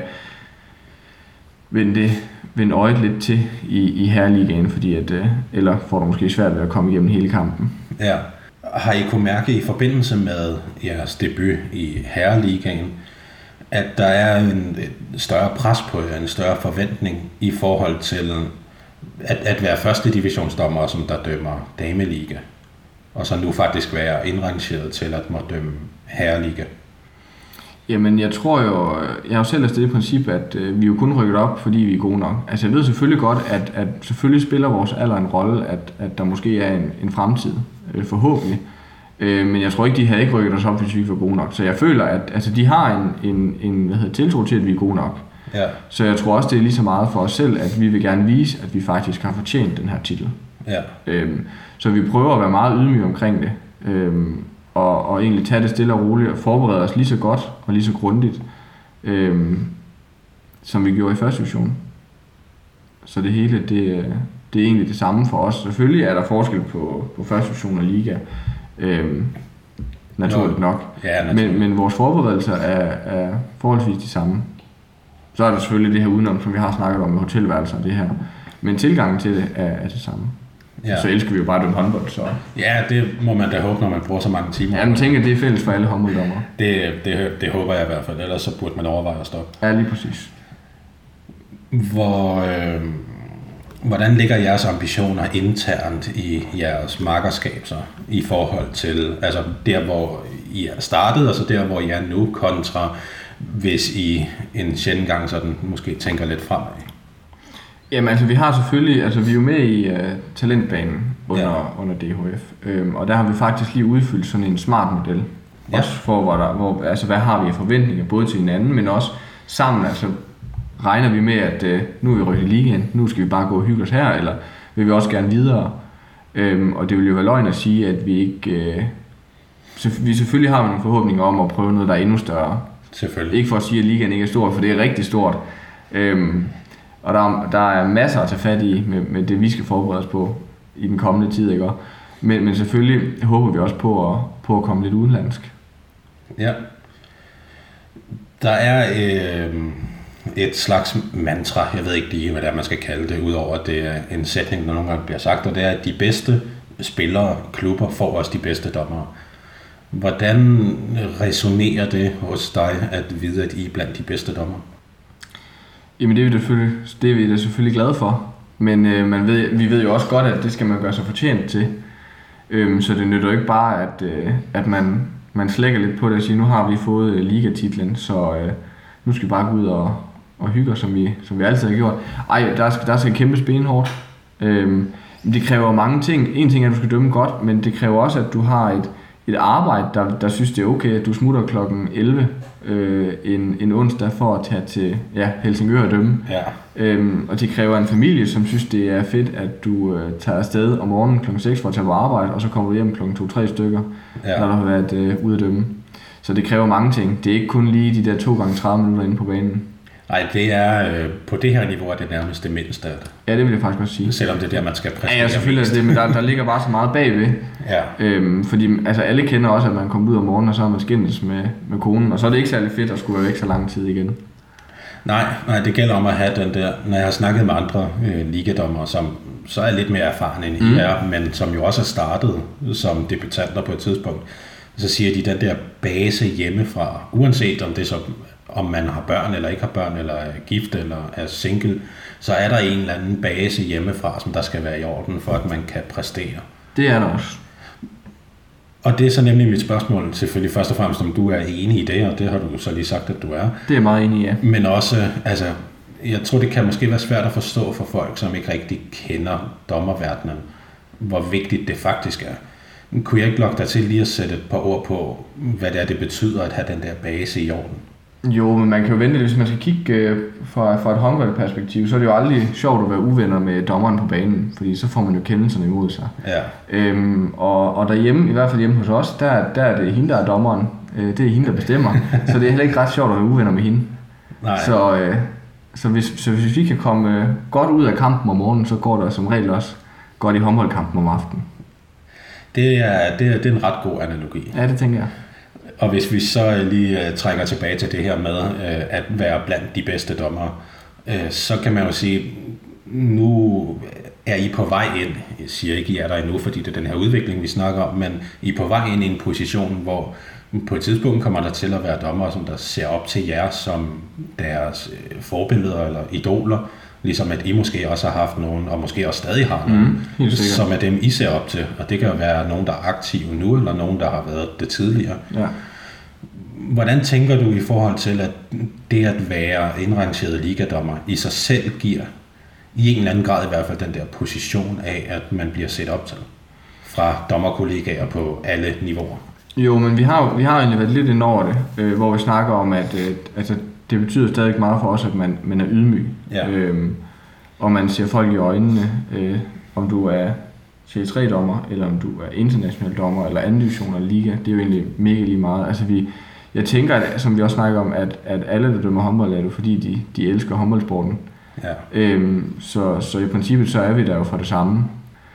vende øjet lidt til i Herreligaen, fordi at, eller får du måske svært ved at komme igennem hele kampen. Ja. Har I kunne mærke i forbindelse med jeres debut i Herreligaen, at der er en større pres på jer, en større forventning i forhold til at være første divisionsdommer, som der dømmer dameliga, og så nu faktisk være indrangeret til at må dømme Herreliga? Jamen, jeg tror jo, jeg har jo selv det princip, at vi jo kun rykket op, fordi vi er gode nok. Altså, jeg ved selvfølgelig godt, at selvfølgelig spiller vores alder en rolle, at der måske er en fremtid, forhåbentlig. Men jeg tror ikke, de havde ikke rykket os op, hvis vi ikke var gode nok. Så jeg føler, at altså, de har en tiltro til, at vi er gode nok. Ja. Så jeg tror også, det er lige så meget for os selv, at vi vil gerne vise, at vi faktisk har fortjent den her titel. Ja. Så vi prøver at være meget ydmyge omkring det. Og egentlig tage det stille og roligt og forberede os lige så godt og lige så grundigt, som vi gjorde i første division. Så det hele, det er egentlig det samme for os. Selvfølgelig er der forskel på første division og liga, naturligt nok. Ja, naturligt. Men vores forberedelser er forholdsvis de samme. Så er der selvfølgelig det her udenom, som vi har snakket om med hotelværelser og det her. Men tilgangen til det er det samme. Ja. Så elsker vi jo bare den håndbold, så... Ja, det må man da håbe, når man bruger så mange timer. Ja, man tænker, at det er fælles for alle håndbolddommere. Det håber jeg i hvert fald, ellers så burde man overveje at stoppe. Ja, lige præcis. Hvordan ligger jeres ambitioner internt i jeres makkerskab så, i forhold til altså der, hvor I er startet, og så der, hvor I er nu, kontra hvis I en sjældent gang sådan måske tænker lidt fremad? Jamen altså, vi har selvfølgelig, altså vi er jo med i talentbanen under DHF, og der har vi faktisk lige udfyldt sådan en smart model. Ja. Også for, altså hvad har vi af forventninger, både til hinanden, men også sammen, altså regner vi med, at nu er vi rykket i ligaen, nu skal vi bare gå og hygge os her, eller vil vi også gerne videre? Og det vil jo være løgn at sige, at vi ikke... vi selvfølgelig har nogle forhåbninger om at prøve noget, der er endnu større. Selvfølgelig. Ikke for at sige, at ligaen ikke er stor, for det er rigtig stort. Og der er masser at tage fat i med det, vi skal forberede os på i den kommende tid, ikke? Men selvfølgelig håber vi også på at komme lidt udenlandsk. Ja. Der er et slags mantra, jeg ved ikke lige, hvad det er, man skal kalde det, udover at det er en sætning, der nogle gange bliver sagt, og det er, at de bedste spillere, klubber, får også de bedste dommere. Hvordan resonerer det hos dig at vide, at I er blandt de bedste dommere? Jamen det er vi da selvfølgelig glade for, men vi ved jo også godt, at det skal man gøre sig fortjent til. Så det nytter ikke bare, at man slækker lidt på det og siger, nu har vi fået ligatitlen, så nu skal vi bare gå ud og hygge os, som vi altid har gjort. Der skal kæmpes benhårdt. Det kræver mange ting. En ting er, at du skal dømme godt, men det kræver også, at du har et arbejde, der synes, det er okay, at du smutter klokken 11 en onsdag for at tage til Helsingør og dømme. Ja. Og det kræver en familie, som synes, det er fedt, at du tager afsted om morgenen klokken 6 for at tage på arbejde, og så kommer du hjem klokken 2-3 stykker, når du har været ude at dømme. Så det kræver mange ting. Det er ikke kun lige de der 2 gange 30 minutter inde på banen. Nej, det er på det her niveau er det nærmest det mindste af det. Ja, det vil jeg faktisk også sige. Selvom det er der, man skal præstere. Ja, selvfølgelig er det, men der ligger bare så meget bagved. Ja. Fordi altså, alle kender også, at man kommer ud om morgenen, og så har man skændes med konen, og så er det ikke særlig fedt at skulle være væk så lang tid igen. Nej, det gælder om at have den der, når jeg har snakket med andre ligadommere, som så er lidt mere erfarne end I er, men som jo også er startet som debutanter på et tidspunkt, så siger de den der base hjemmefra, uanset om det så om man har børn eller ikke har børn, eller er gift eller er single, så er der en eller anden base hjemmefra, som der skal være i orden, for at man kan præstere. Det er der også. Og det er så nemlig mit spørgsmål, selvfølgelig først og fremmest, om du er enig i det, og det har du så lige sagt, at du er. Det er meget enig i, ja. Men også, altså, jeg tror, det kan måske være svært at forstå for folk, som ikke rigtig kender dommerverdenen, hvor vigtigt det faktisk er. Kunne jeg ikke lokke dig til lige at sætte et par ord på, hvad det er, det betyder at have den der base i orden? Jo, men man kan jo vente, hvis man skal kigge fra et håndboldperspektiv, så er det jo aldrig sjovt at være uvenner med dommeren på banen, fordi så får man jo kendelserne imod sig. Ja. Og derhjemme, i hvert fald hjemme hos os, der er det hende, der er dommeren. Det er hende, der bestemmer. Så det er heller ikke ret sjovt at være uvenner med hende. Nej. Så hvis vi kan komme godt ud af kampen om morgenen, så går der som regel også godt i håndboldkampen om aftenen. Det er en ret god analogi. Ja, det tænker jeg. Og hvis vi så lige trækker tilbage til det her med at være blandt de bedste dommere, så kan man jo sige, nu er I på vej ind. Jeg siger ikke, I er der endnu, fordi det er den her udvikling, vi snakker om, men I er på vej ind i en position, hvor på et tidspunkt kommer der til at være dommere, som der ser op til jer som deres forbilleder eller idoler, ligesom at I måske også har haft nogen, og måske også stadig har nogen, som er dem, I ser op til. Og det kan jo være nogen, der er aktive nu, eller nogen, der har været det tidligere. Ja. Hvordan tænker du i forhold til, at det at være indrangeret ligadommer i sig selv giver, i en eller anden grad i hvert fald, den der position af, at man bliver set op til fra dommerkollegaer på alle niveauer? Jo, men vi har egentlig været lidt ind over det, hvor vi snakker om, at det betyder stadig meget for os, at man er ydmyg. Ja. Og man ser folk i øjnene, om du er Serie 3-dommer, eller om du er international dommer, eller anden division eller liga. Det er jo egentlig mega lige meget. Altså jeg tænker, at, som vi også snakker om, at alle, der dømmer håndbold, er det fordi, de elsker håndboldsporten. Ja. Så i princippet, så er vi der jo for det samme.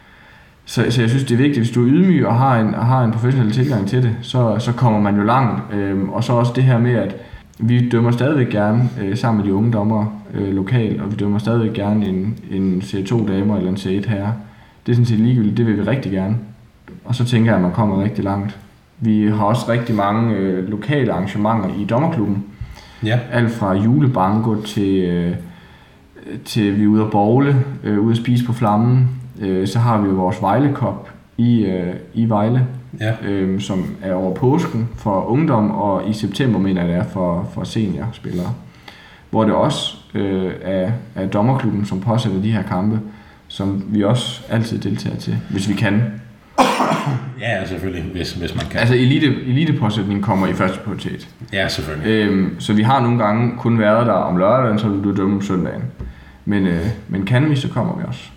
Så jeg synes, det er vigtigt, hvis du er ydmyg og har en professionel tilgang til det, så kommer man jo langt. Og så også det her med, at vi dømmer stadigvæk gerne sammen med de unge dommere lokalt, og vi dømmer stadigvæk gerne en C2-damer eller en C1-herre. Det er sådan set ligegyldigt, det vil vi rigtig gerne. Og så tænker jeg, at man kommer rigtig langt. Vi har også rigtig mange lokale arrangementer i dommerklubben. Ja. Alt fra julebanko til til vi er ude at bowle, ude at spise på Flammen. Så har vi jo vores Vejle Cup i Vejle, som er over påsken for ungdom, og i september mener jeg det er for seniorspillere. Hvor det også er dommerklubben, som påsætter de her kampe, som vi også altid deltager til, hvis vi kan. Ja, selvfølgelig, hvis man kan. Altså elitepåsætning kommer i første prioritet. Ja, selvfølgelig. Så vi har nogle gange kun været der om lørdagen, så vil du dømme om søndagen. Men kan vi, så kommer vi også.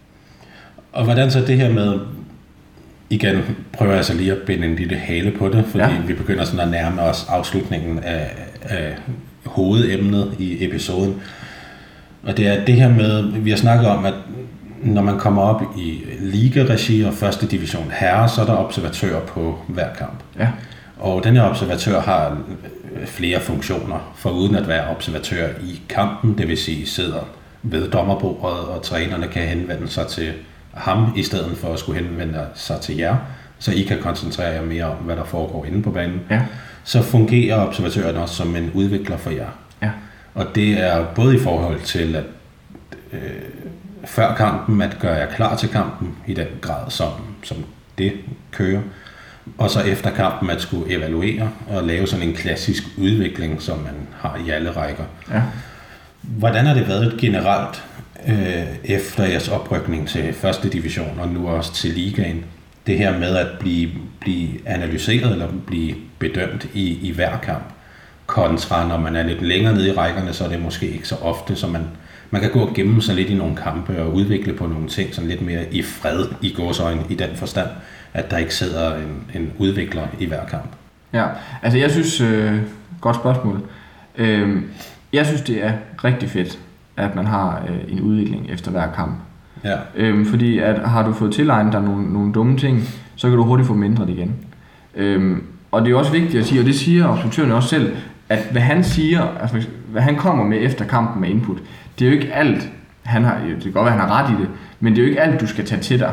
Og hvordan så det her med, igen prøver jeg så lige at binde en lille hale på det, fordi vi begynder sådan at nærme os afslutningen af hovedemnet i episoden. Og det er det her med, vi har snakket om, at når man kommer op i liga-regi og første division herre, så er der observatører på hver kamp. Ja. Og denne observatør har flere funktioner, foruden at være observatør i kampen, det vil sige sidder ved dommerbordet, og trænerne kan henvende sig til ham, i stedet for at skulle henvende sig til jer, så I kan koncentrere jer mere om, hvad der foregår inde på banen. Ja. Så fungerer observatøren også som en udvikler for jer. Ja. Og det er både i forhold til at før kampen, at gøre jer klar til kampen i den grad, som det kører, og så efter kampen at skulle evaluere og lave sådan en klassisk udvikling, som man har i alle rækker. Ja. Hvordan har det været generelt efter jeres oprykning til første division og nu også til ligaen? Det her med at blive analyseret eller blive bedømt i hver kamp, kontra når man er lidt længere nede i rækkerne, så er det måske ikke så ofte, så man kan gå og gemme sig lidt i nogle kampe og udvikle på nogle ting sådan lidt mere i fred i gåseøjne i den forstand, at der ikke sidder en udvikler i hver kamp. Ja, altså jeg synes, godt spørgsmål. Jeg synes, det er rigtig fedt, at man har en udvikling efter hver kamp. Ja. Fordi at har du fået tilegnet dig nogle dumme ting, så kan du hurtigt få mindre igen. Og det er jo også vigtigt at sige, og det siger observatøren også selv, at hvad han siger, altså hvad han kommer med efter kampen med input, det er jo ikke alt, det kan godt være, han har ret i det, men det er jo ikke alt, du skal tage til dig.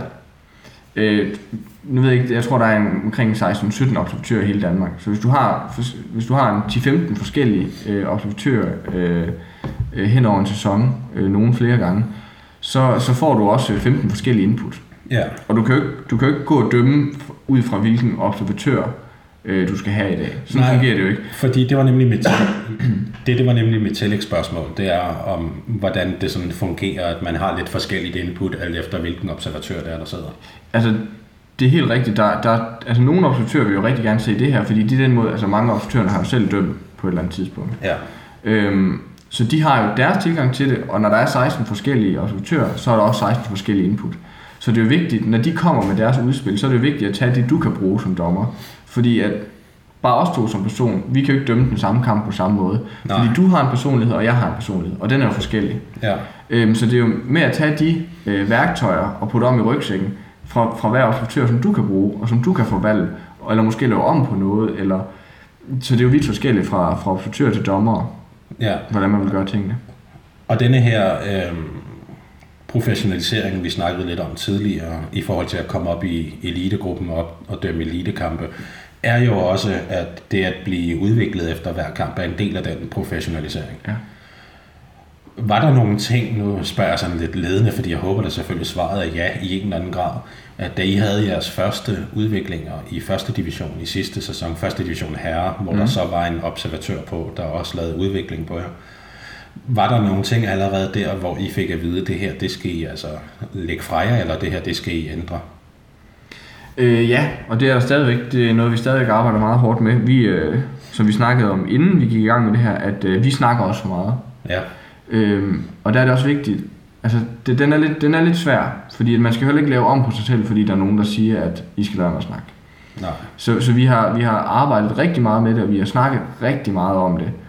Nu ved jeg ikke, jeg tror, der er omkring 16-17 observatører i hele Danmark. Så hvis du har en 10-15 forskellige observatører hen over en sæson, nogle flere gange, så får du også 15 forskellige input. Ja. Og du kan jo ikke gå og dømme ud fra, hvilken observatør du skal have i dag. Sådan fungerer det jo ikke. Fordi det var nemlig mit tillægsspørgsmål. Det er om, hvordan det sådan fungerer, at man har lidt forskelligt input, alt efter hvilken observatør det er, der sidder. Altså, det er helt rigtigt. Altså, nogle observatører vil jo rigtig gerne se det her, fordi det er den måde, altså mange observatører har jo selv dømt på et eller andet tidspunkt. Ja. Så de har jo deres tilgang til det, og når der er 16 forskellige observatører, så er der også 16 forskellige input. Så det er jo vigtigt, når de kommer med deres udspil, så er det jo vigtigt at tage det, du kan bruge som dommer. Fordi at bare os to som person, vi kan jo ikke dømme den samme kamp på samme måde. Nej. Fordi du har en personlighed, og jeg har en personlighed, og den er jo forskellig. Ja. Så det er jo med at tage de værktøjer og putte om i rygsækken fra hver observatør, som du kan bruge, og som du kan forvalte, eller måske lave om på noget. Så det er jo vidt forskelligt fra observatør til dommer, hvordan man vil gøre tingene. Og denne her professionalisering, vi snakkede lidt om tidligere, i forhold til at komme op i elitegruppen og dømme elitekampe, er jo også, at det at blive udviklet efter hver kamp er en del af den professionalisering. Ja. Var der nogle ting, nu spørger jeg sådan lidt ledende, fordi jeg håber, der selvfølgelig svaret er ja i en eller anden grad, at da I havde jeres første udviklinger i første division i sidste sæson, første division herre, hvor der så var en observatør på, der også lavede udvikling på jer, var der nogle ting allerede der, hvor I fik at vide, at det her, det skal I altså lægge fra jer, eller det her, det skal I ændre? Ja, og det er der stadigvæk. Det er noget, vi stadigvæk arbejder meget hårdt med. Som vi snakkede om, inden vi gik i gang med det her, at vi snakker også for meget. Ja. Og der er det også vigtigt, altså den er lidt svær, fordi at man skal heller ikke lave om på sig selv, fordi der er nogen, der siger, at I skal lade mig snakke. Nej. Så vi har arbejdet rigtig meget med det, og vi har snakket rigtig meget om det.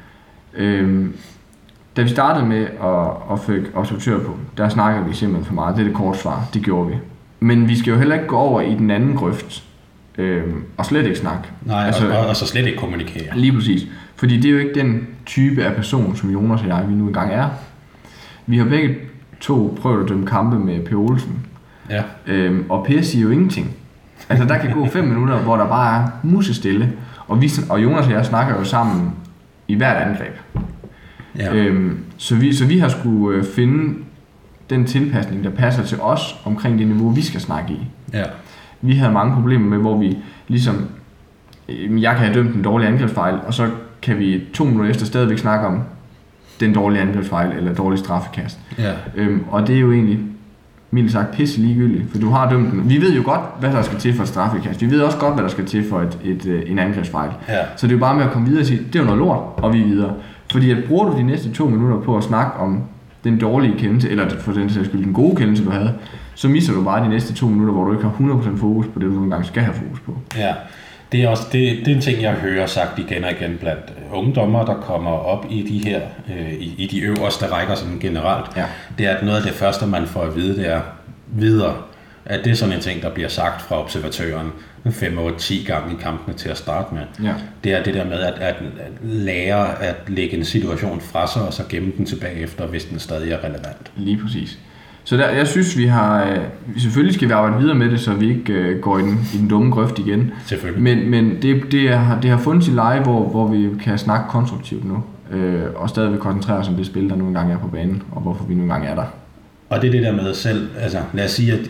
Da vi startede med at fik observatører på, der snakkede vi simpelthen for meget. Det er det korte svar, det gjorde vi. Men vi skal jo heller ikke gå over i den anden grøft og slet ikke snakke. Nej, altså, og så slet ikke kommunikere. Lige præcis. Fordi det er jo ikke den type af person, som Jonas og jeg vi nu engang er. Vi har begge to prøvet at dømme kampe med Per Olsen. Ja. Og Per siger jo ingenting. Altså der kan gå 5 minutter, hvor der bare er musestille. Og Jonas og jeg snakker jo sammen i hvert angreb. Ja. Så vi har skulle finde den tilpasning, der passer til os omkring det niveau, vi skal snakke i. Ja. Vi havde mange problemer med, hvor vi ligesom, jeg kan have dømt en dårlig angrebsfejl, og så kan vi 2 minutter efter stadigvæk snakke om den dårlige angrebsfejl eller dårlig straffekast. Ja. Og det er jo egentlig mildt sagt pisse ligegyldigt, for du har dømt den. Vi ved jo godt, hvad der skal til for et straffekast. Vi ved også godt, hvad der skal til for en angrebsfejl. Ja. Så det er jo bare med at komme videre og sige, det er jo noget lort, og vi er videre. Fordi at bruger du de næste 2 minutter på at snakke om den dårlige kendelse, eller for den sags skyld den gode kendelse, du havde, så misser du bare de næste 2 minutter, hvor du ikke har 100% fokus på det, du nogle gange skal have fokus på. Ja, det er også det er en ting, jeg hører sagt igen og igen blandt unge dommere, der kommer op i de her, i de øverste rækker sådan generelt. Ja. Det er, at noget af det første, man får at vide, det er videre, at det er sådan en ting, der bliver sagt fra observatøren 5, 8, 10 gange i kampene til at starte med. Ja. Det er det der med at lære at lægge en situation fra sig, og så gemme den tilbage efter, hvis den stadig er relevant. Lige præcis. Så der, jeg synes, selvfølgelig skal vi arbejde videre med det, så vi ikke går i den dumme grøft igen. Selvfølgelig. Men det har fundet sit leje, hvor vi kan snakke konstruktivt nu, og stadigvæk koncentrere os om det spil, der nogle gange er på banen, og hvorfor vi nogle gange er der. Og det er det der med selv, altså lad os sige,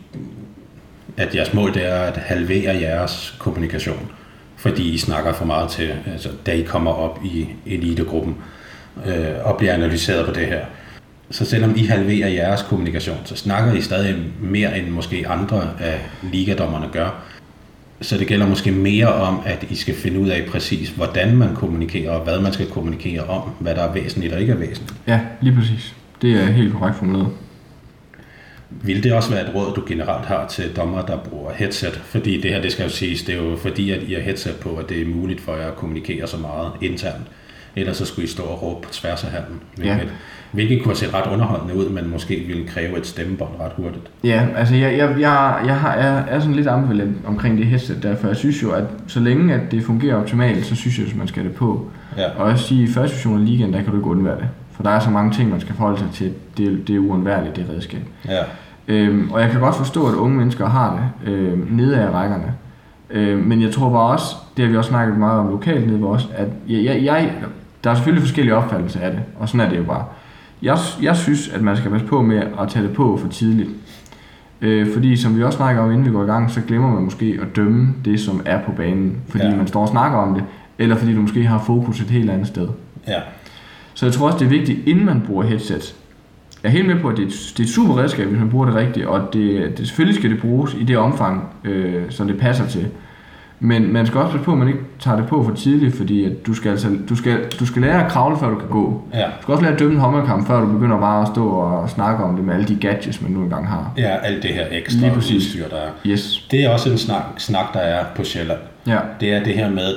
at jeres mål det er at halvere jeres kommunikation, fordi I snakker for meget til, altså da I kommer op i elitegruppen og bliver analyseret på det her. Så selvom I halverer jeres kommunikation, så snakker I stadig mere end måske andre af ligadommerne gør. Så det gælder måske mere om, at I skal finde ud af præcis, hvordan man kommunikerer, og hvad man skal kommunikere om, hvad der er væsentligt og ikke er væsentligt. Ja, lige præcis. Det er helt korrekt formuleret. Vil det også være et råd, du generelt har til dommere, der bruger headset? Fordi det her, det skal jo siges, det er jo fordi, at I har headset på, at det er muligt for jer at kommunikere så meget internt. Ellers så skulle I stå og råbe på tværs af hallen. Hvilket kunne se ret underholdende ud, men måske ville kræve et stemmebånd ret hurtigt. Ja, altså jeg er sådan lidt ambivalent omkring det headset der, for jeg synes jo, at så længe at det fungerer optimalt, så synes jeg, at man skal have det på. Ja. Og jeg siger, i første division af ligaen, der kan du ikke undvære det. For der er så mange ting, man skal forholde sig til. Det er uundværligt, det redskab. Ja. Og jeg kan godt forstå, at unge mennesker har det nede af rækkerne. Men jeg tror bare også, det har vi også snakket meget om lokalt nede ved os, at der er selvfølgelig forskellige opfattelser af det, og sådan er det jo bare. Jeg synes, at man skal passe på med at tage det på for tidligt. Fordi som vi også snakker om, inden vi går i gang, så glemmer man måske at dømme det, som er på banen. Fordi man står og snakker om det, eller fordi du måske har fokus et helt andet sted. Ja. Så jeg tror også, det er vigtigt, inden man bruger headset. Jeg er helt med på, at det er et super redskab, hvis man bruger det rigtigt, og det selvfølgelig skal det bruges i det omfang, som det passer til. Men man skal også passe på, at man ikke tager det på for tidligt, fordi at du skal lære at kravle, før du kan gå. Ja. Du skal også lære at dømme en håndboldkamp, før du begynder bare at stå og snakke om det med alle de gadgets, man nu engang har. Ja, alt det her ekstra udstyr, der er. Yes. Det er også en snak, der er på Sjælland. Ja. Det er det her med,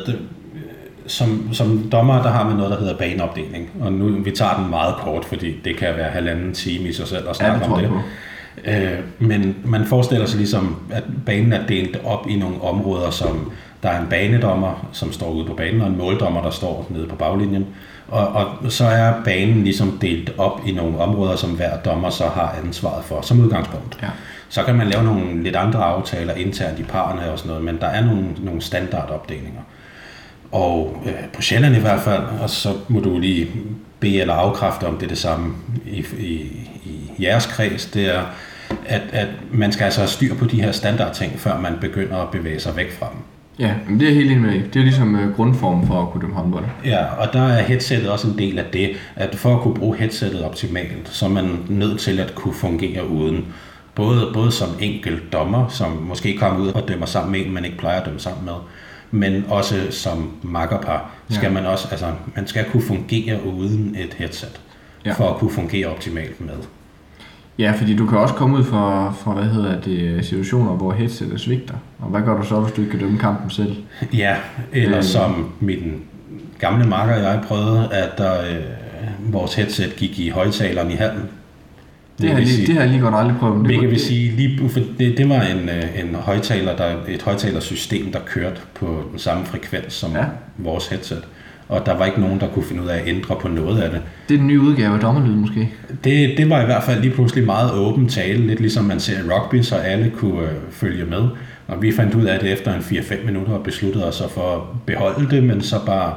som dommer, der har man noget, der hedder baneopdeling. Og nu, vi tager den meget kort, fordi det kan være 1,5 time i sig selv at snakke om det. Men man forestiller sig ligesom, at banen er delt op i nogle områder, som der er en banedommer, som står ude på banen, og en måldommer, der står nede på baglinjen. Og så er banen ligesom delt op i nogle områder, som hver dommer så har ansvaret for, som udgangspunkt. Ja. Så kan man lave nogle lidt andre aftaler internt i parerne og sådan noget, men der er nogle standardopdelinger. Og på Sjælland i hvert fald, og så må du lige bede eller afkræfte, om det er det samme i jeres kreds, det er, at man skal altså have styr på de her standardting, før man begynder at bevæge sig væk fra dem. Ja, men det er helt enig med. Det er ligesom grundformen for at kunne dømme håndbold. Ja, og der er headsettet også en del af det, at for at kunne bruge headsettet optimalt, så er man nødt til at kunne fungere uden. Både som enkelt dommer, som måske kommer ud og dømmer sammen med en, man ikke plejer at dømme sammen med, men også som makkerpar skal man også, altså man skal kunne fungere uden et headset, for at kunne fungere optimalt med. Ja, fordi du kan også komme ud fra situationer, hvor headsetet svigter. Og hvad gør du så, hvis du ikke kan dømme kampen selv? Ja, eller som min gamle makker og jeg prøvede, at vores headset gik i højtaleren i hallen. Det har jeg lige godt aldrig prøvet. Hvilket vil sige, det var en højtaler, et højtalersystem, der kørte på den samme frekvens som vores headset. Og der var ikke nogen, der kunne finde ud af at ændre på noget af det. Det er den nye udgave af dommerlyd måske? Det var i hvert fald lige pludselig meget åben tale, lidt ligesom man ser i rugby, så alle kunne følge med. Og vi fandt ud af det efter en 4-5 minutter og besluttede os for at beholde det, men så bare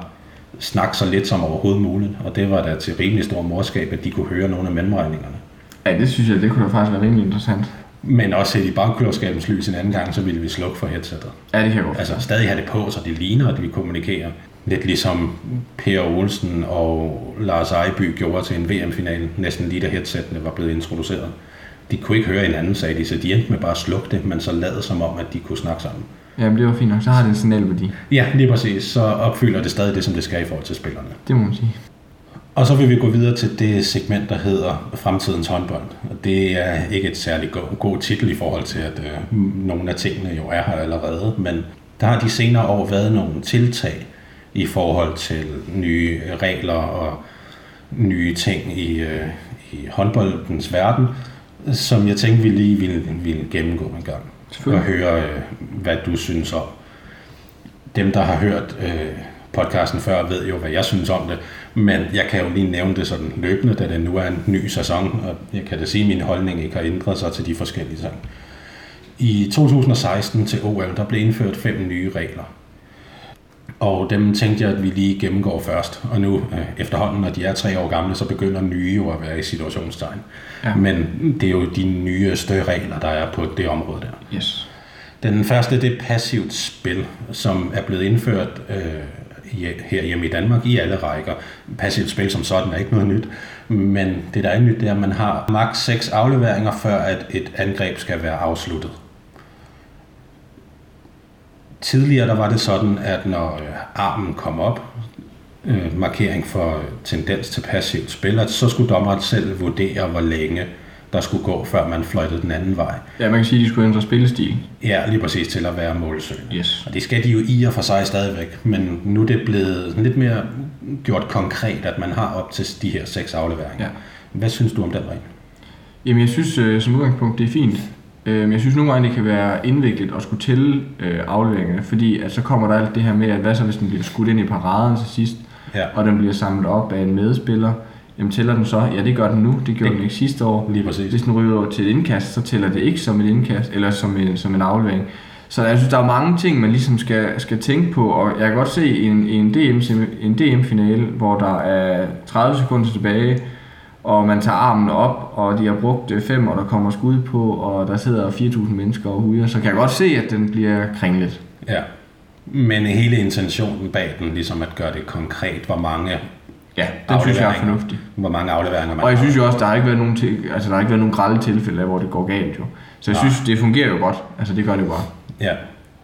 snakke så lidt som overhovedet muligt, og det var da til rimelig stor morskab, at de kunne høre nogle af mellemregningerne. Ja, det synes jeg, det kunne da faktisk være rimelig interessant. Men også set i bagklodskabens lys en anden gang, så ville vi slukke for headsetet. Ja, det kan jeg godt. Altså stadig have det på, så det ligner, at vi kommunikerer. Lidt ligesom Per Olsen og Lars Ejby gjorde til en VM-finale, næsten lige da headsetene var blevet introduceret. De kunne ikke høre hinanden, sagde de, så de endte med bare at slukke det, men så lavede som om, at de kunne snakke sammen. Ja, det var fint nok. Så har det en signalværdi. Ja, lige præcis. Så opfylder det stadig det, som det skal i forhold til spillerne. Det må man sige. Og så vil vi gå videre til det segment, der hedder Fremtidens håndbold. Og det er ikke et særligt god titel i forhold til, at nogle af tingene jo er her allerede. Men der har de senere år været nogle tiltag i forhold til nye regler og nye ting i håndboldens verden, som jeg tænkte, vi lige ville gennemgå en gang. Og høre, hvad du synes om. Dem, der har hørt podcasten før, ved jo, hvad jeg synes om det, men jeg kan jo lige nævne det sådan løbende, da det nu er en ny sæson, og jeg kan da sige, at min holdning ikke har ændret sig til de forskellige ting. I 2016 til OL, der blev indført 5 nye regler, og dem tænkte jeg, at vi lige gennemgår først, og nu efterhånden, når de er 3 år gamle, så begynder nye jo at være i situationstegn. Ja. Men det er jo de nyeste regler, der er på det område der. Yes. Den første, det er passivt spil, som er blevet indført her hjemme i Danmark i alle rækker. Passivt spil som sådan er ikke noget nyt, men det der er nyt, det er, at man har maks 6 afleveringer, før at et angreb skal være afsluttet. Tidligere der var det sådan, at når armen kom op, markering for tendens til passivt spil, at så skulle dommeren selv vurdere, hvor længe der skulle gå, før man fløjtede den anden vej. Ja, man kan sige, at de skulle ændre spillestil. Ja, lige præcis til at være målsøgende. Yes. Og det skal de jo i og for sig stadigvæk, men nu er det blevet lidt mere gjort konkret, at man har op til de her 6 afleveringer. Ja. Hvad synes du om den regel? Jamen, jeg synes som udgangspunkt, det er fint. Jeg synes nogle gange, det kan være indviklet at skulle tælle afleveringerne, fordi at så kommer der alt det her med, at hvad så hvis den bliver skudt ind i paraden til sidst, og den bliver samlet op af en medspiller. Jamen tæller den så? Ja, det gør den nu. Det gjorde den ikke sidste år. Lige præcis. Hvis den ryger over til et indkast, så tæller det ikke som et indkast, eller som en aflevering. Så jeg synes, der er mange ting, man ligesom skal tænke på, og jeg kan godt se en DM-finale, hvor der er 30 sekunder tilbage, og man tager armen op, og de har brugt 5, og der kommer skud på, og der sidder 4.000 mennesker og hujer, så kan jeg godt se, at den bliver kringlet. Ja, men hele intentionen bag den, ligesom at gøre det konkret, hvor mange det synes jeg er fornuftigt. Hvor mange afleveringer man og jeg synes jo også, der har ikke været nogen grelle tilfælde af, hvor det går galt jo. Så jeg synes, det fungerer jo godt. Altså det gør det jo bare. Ja.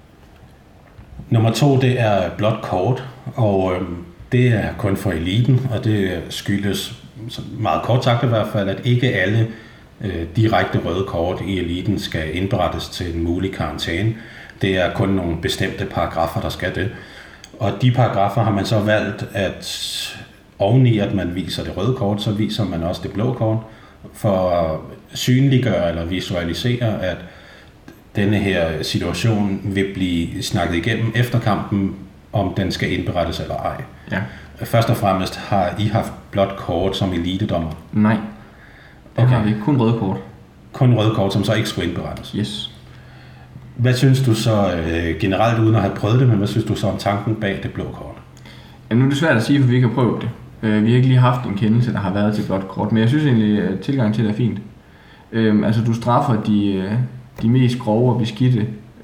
Nummer 2, det er blåt kort, og det er kun for eliten, og det skyldes meget kort sagt i hvert fald, at ikke alle direkte røde kort i eliten skal indberettes til en mulig karantæne. Det er kun nogle bestemte paragrafer, der skal det. Og de paragrafer har man så valgt, at oveni at man viser det røde kort, så viser man også det blå kort, for at synliggøre eller visualisere, at denne her situation vil blive snakket igennem efter kampen, om den skal indberettes eller ej. Ja. Først og fremmest, har I haft blåt kort som elitedommer? Nej. Okay. Har vi kun røde kort. Kun røde kort, som så ikke skulle indberettes? Yes. Hvad synes du så generelt, uden at have prøvet det, men hvad synes du så om tanken bag det blå kort? Jamen, nu er det svært at sige, for vi ikke har prøvet det. Vi har ikke lige haft en kendelse, der har været til blåt kort, men jeg synes egentlig, at tilgangen til det er fint. Altså, du straffer de mest grove og beskidte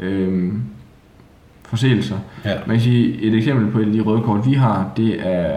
forseelser. Ja. Man kan sige, et eksempel på et af de røde kort, vi har, det er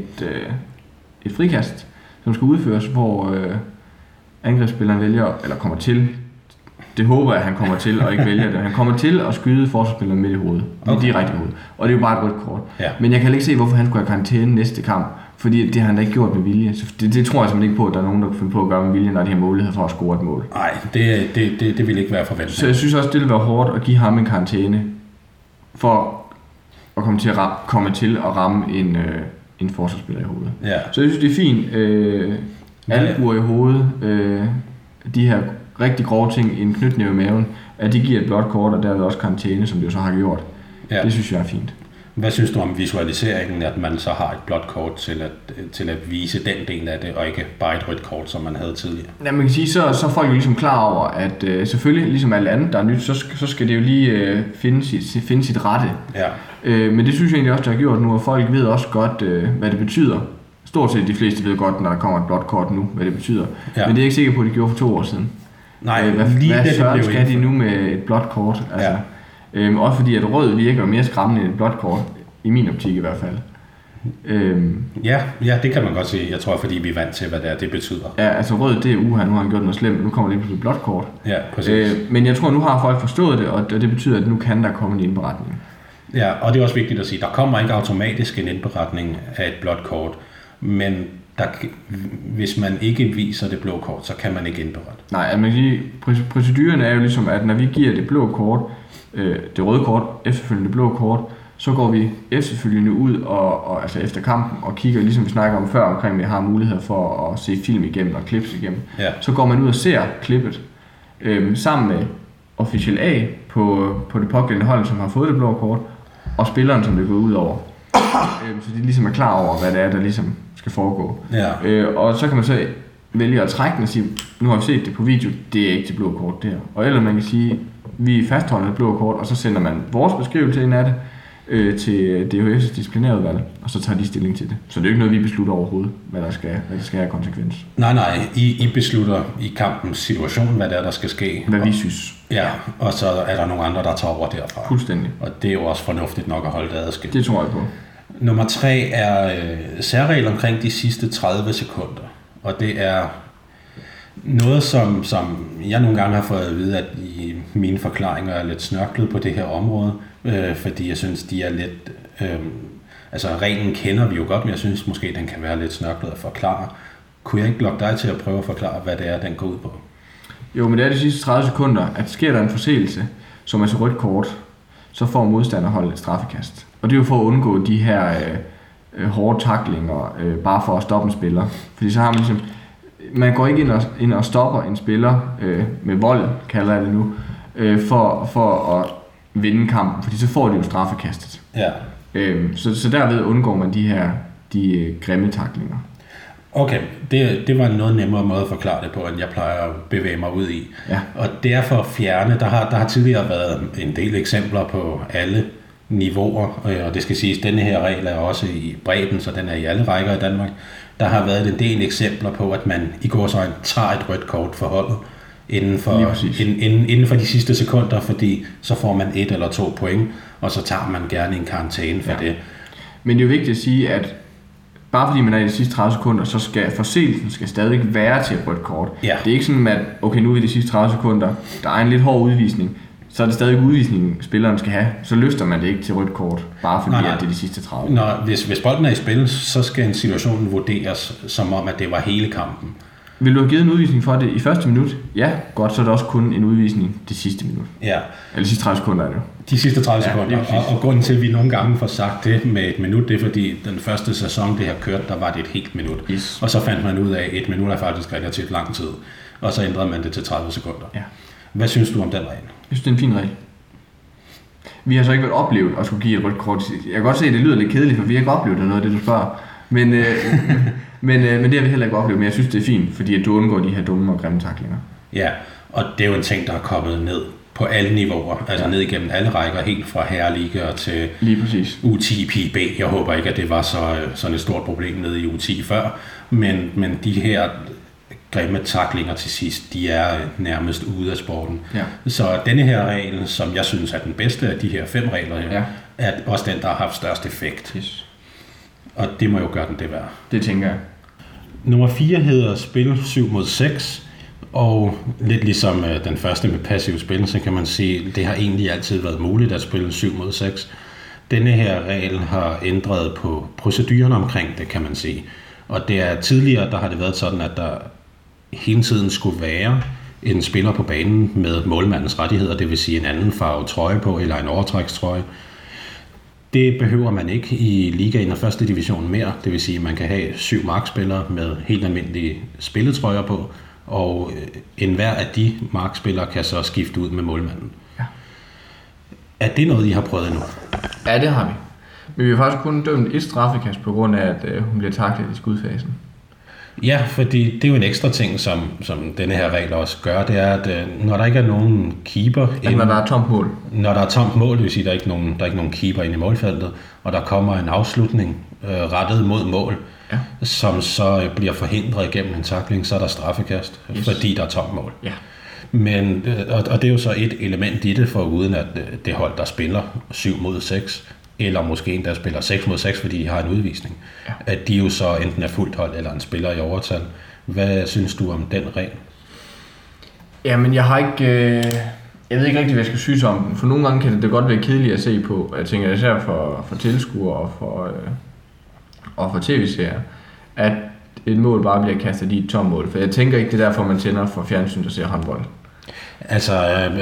et frikast, som skal udføres, hvor angrebsspilleren vælger, eller kommer til, det håber jeg, at han kommer til, og ikke vælger det. Han kommer til at skyde forsvarsspilleren midt i hovedet. Okay. Direkte i hovedet. Og det er jo bare et rødt kort. Ja. Men jeg kan ikke se, hvorfor han skulle have karantæne næste kamp. Fordi det har han da ikke gjort med vilje. Så det tror jeg simpelthen ikke på, at der er nogen, der kan finde på at gøre med vilje, når de har mulighed for at score et mål. Nej, det vil ikke være forventet. Så jeg synes også, det vil være hårdt at give ham en karantæne, for at komme til at ramme en forsvarsspiller i hovedet. Ja. Så jeg synes, det er fint. Albuer i hovedet, de her rigtig grove ting, en knytnæve i maven, at de giver et blåt kort, og derved også karantæne, som de jo så har gjort. Ja. Det synes jeg er fint. Hvad synes du om visualiseringen, at man så har et blåt kort til at vise den del af det, og ikke bare et rødt kort, som man havde tidligere? Ja, man kan sige, så er folk jo ligesom klar over, at selvfølgelig, ligesom alt andet, der er nyt, så skal det jo lige finde sit rette. Ja. Men det synes jeg egentlig også, der har gjort nu, og folk ved også godt, hvad det betyder. Stort set de fleste ved godt, når der kommer et blåt kort nu, hvad det betyder. Ja. Men det er ikke sikker på, at de gjorde for 2 år siden. Nej, hvad skal de nu med et blåt kort? Altså, ja. Også fordi, at rød virker mere skræmmende end et blåt kort. I min optik i hvert fald. Ja, det kan man godt sige. Jeg tror, fordi vi er vant til, hvad det betyder. Ja, altså rød, det er nu har han gjort noget slemt. Nu kommer det pludselig et blåt kort. Ja, præcis. Men jeg tror, nu har folk forstået det, og det betyder, at nu kan der komme en indberetning. Ja, og det er også vigtigt at sige, der kommer ikke automatisk en indberetning af et blåt kort, men hvis man ikke viser det blå kort, så kan man ikke indberette. Nej, man kan sige, proceduren er jo ligesom, at når vi giver det blå kort, det røde kort, efterfølgende det blå kort, så går vi efterfølgende ud og altså efter kampen og kigger, ligesom vi snakker om før, omkring vi har mulighed for at se film igennem og clips igennem. Ja. Så går man ud og ser klippet sammen med official A på det pågældende hold, som har fået det blå kort, og spilleren, som det går ud over. Så de ligesom er klar over, hvad det er, der ligesom skal foregå. Ja. Og så kan man så vælge at trække den og sige, nu har vi set det på video, det er ikke det blå kort der. Og ellers man kan sige, vi fastholder det blå kort, og så sender man vores beskrivelse ind af det til DHF's disciplinærudvalg, og så tager de stilling til det. Så det er jo ikke noget, vi beslutter overhovedet, hvad der skal have konsekvens. Nej, I beslutter i kampens situation, hvad der skal ske. Hvad vi synes. Ja, og så er der nogle andre, der tager over derfra. Fuldstændig. Og det er jo også fornuftigt nok at holde det adskilt. Det tror jeg på. Nummer 3 er særregel omkring de sidste 30 sekunder. Og det er noget, som jeg nogle gange har fået at vide, at i mine forklaringer er lidt snørklet på det her område, fordi jeg synes, de er lidt... altså, reglen kender vi jo godt, men jeg synes måske, den kan være lidt snørklet at forklare. Kunne jeg ikke lokke dig til at prøve at forklare, hvad det er, den går ud på? Jo, men det er de sidste 30 sekunder, at sker der en forseelse, som er så rødt kort, så får modstanderholdet et straffekast. Og det er jo for at undgå de her hårde tacklinger, bare for at stoppe en spiller. Fordi så har man ligesom... Man går ikke ind og stopper en spiller med vold, kalder jeg det nu, for at vinde kampen, fordi så får de jo straffekastet. Ja. Så derved undgår man de grimme tacklinger. Okay, det var en noget nemmere måde at forklare det på, end jeg plejer at bevæge mig ud i. Ja. Og det er for at fjerne, der har tidligere været en del eksempler på alle niveauer, og det skal siges, at denne her regel er også i bredden, så den er i alle rækker i Danmark. Der har været en del eksempler på, at man i gåseøjne tager et rødt kort for holdet inden for de sidste sekunder, fordi så får man 1 eller 2 point, og så tager man gerne en karantæne for det. Men det er jo vigtigt at sige, at bare fordi man er i de sidste 30 sekunder, så skal forseelsen stadig være til et rødt kort. Ja. Det er ikke sådan, at okay, nu er vi de sidste 30 sekunder, der er en lidt hård udvisning, så er det stadig udvisningen, spilleren skal have. Så løfter man det ikke til rødt kort, bare fordi at det er de sidste 30. Hvis bolden er i spil, så skal en situation vurderes som om, at det var hele kampen. Vil du have givet en udvisning for det i første minut? Ja, godt, så er det også kun en udvisning det sidste minut. Ja. Eller de sidste 30 sekunder er det jo. De sidste 30 sekunder. Og grunden til, at vi nogle gange får sagt det med et minut, det er fordi den første sæson, det har kørt, der var det et helt minut. Yes. Og så fandt man ud af, at 1 minut er faktisk relativt lang tid. Og så ændrede man det til 30 sekunder. Ja. Hvad synes du om den regel? Jeg synes, det er en fin regel. Vi har så ikke været oplevet at skulle give et rødt kort. Jeg kan godt se, at det lyder lidt kedeligt, for vi har ikke oplevet noget af det, du spørger. Men det har vi heller ikke oplevet. Men jeg synes, det er fint, fordi at du undgår de her dumme og grimme tacklinger. Ja, og det er jo en ting, der er kommet ned på alle niveauer. Altså ned igennem alle rækker, helt fra herreliga til lige præcis. U10 PB. Jeg håber ikke, at det var sådan et stort problem nede i U10 før. Men de her grimme tacklinger til sidst, de er nærmest ude af sporten. Ja. Så denne her regel, som jeg synes er den bedste af de her 5 regler her, er også den, der har haft størst effekt. Yes. Og det må jo gøre den det værd. Det tænker jeg. Nummer 4 hedder spil 7 mod 6, og lidt ligesom den første med passiv spil, så kan man sige, at det har egentlig altid været muligt at spille 7 mod 6. Denne her regel har ændret på proceduren omkring det, kan man sige. Og det er tidligere, der har det været sådan, at der hele tiden skulle være en spiller på banen med målmandens rettigheder, det vil sige en anden farve trøje på, eller en overtrækstrøje. Det behøver man ikke i ligaen og første division mere, det vil sige, at man kan have 7 markspillere med helt almindelige spilletrøjer på, og enhver af de markspillere kan så skifte ud med målmanden. Ja. Er det noget, I har prøvet endnu? Ja, det har vi. Men vi har faktisk kun dømt et straffekast på grund af, at hun bliver tacklet i skudfasen. Ja, fordi det er jo en ekstra ting, som denne her regel også gør, det er, at når der ikke er nogen keeper... Når der er tomt mål. Når der er tomt mål, det vil sige, at der er ikke nogen keeper inde i målfeltet, og der kommer en afslutning rettet mod mål, som så bliver forhindret igennem en tackling, så er der straffekast, fordi der er tomt mål. Ja. Men, og det er jo så et element i det, for uden at det hold, der spiller 7 mod 6, eller måske en, der spiller 6 mod 6, fordi de har en udvisning, at de jo så enten er fuldt hold, eller en spiller i overtal. Hvad synes du om den regel? Jamen, jeg ved ikke rigtig, hvad jeg skal synes om den, for nogle gange kan det godt være kedeligt at se på. Jeg tænker især for tilskuere og for tv-serier, at et mål bare bliver kastet i et tomt mål. For jeg tænker ikke, det er derfor, man tænder for fjernsyn, der ser håndbold. Altså,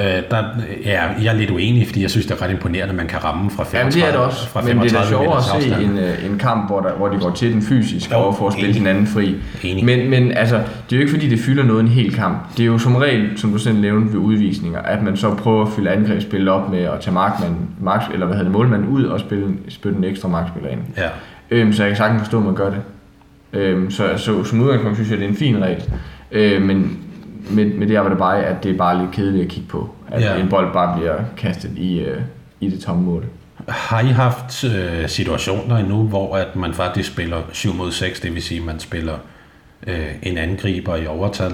jeg er lidt uenig, fordi jeg synes, det er ret imponerende, at man kan ramme fra 35 meters. Ja, det er det også, men det er da sjovere at se en kamp, hvor de går til den fysisk og får at spille hinanden fri. Men altså, det er jo ikke fordi, det fylder noget en hel kamp. Det er jo som regel, som du selv nævnte ved udvisninger, at man så prøver at fylde angrebsspillet op med at tage målmanden ud og spille en ekstra markspiller ind. Ja. Så jeg kan sagtens forstå, at man gør det. Så som udgangspunkt synes jeg, det er en fin regel. Men med det arbejder bare, at det er bare lidt kedeligt at kigge på, at en bold bare bliver kastet i det tomme mål. Har I haft situationer endnu, hvor at man faktisk spiller 7 mod 6, det vil sige, at man spiller en angriber i overtal,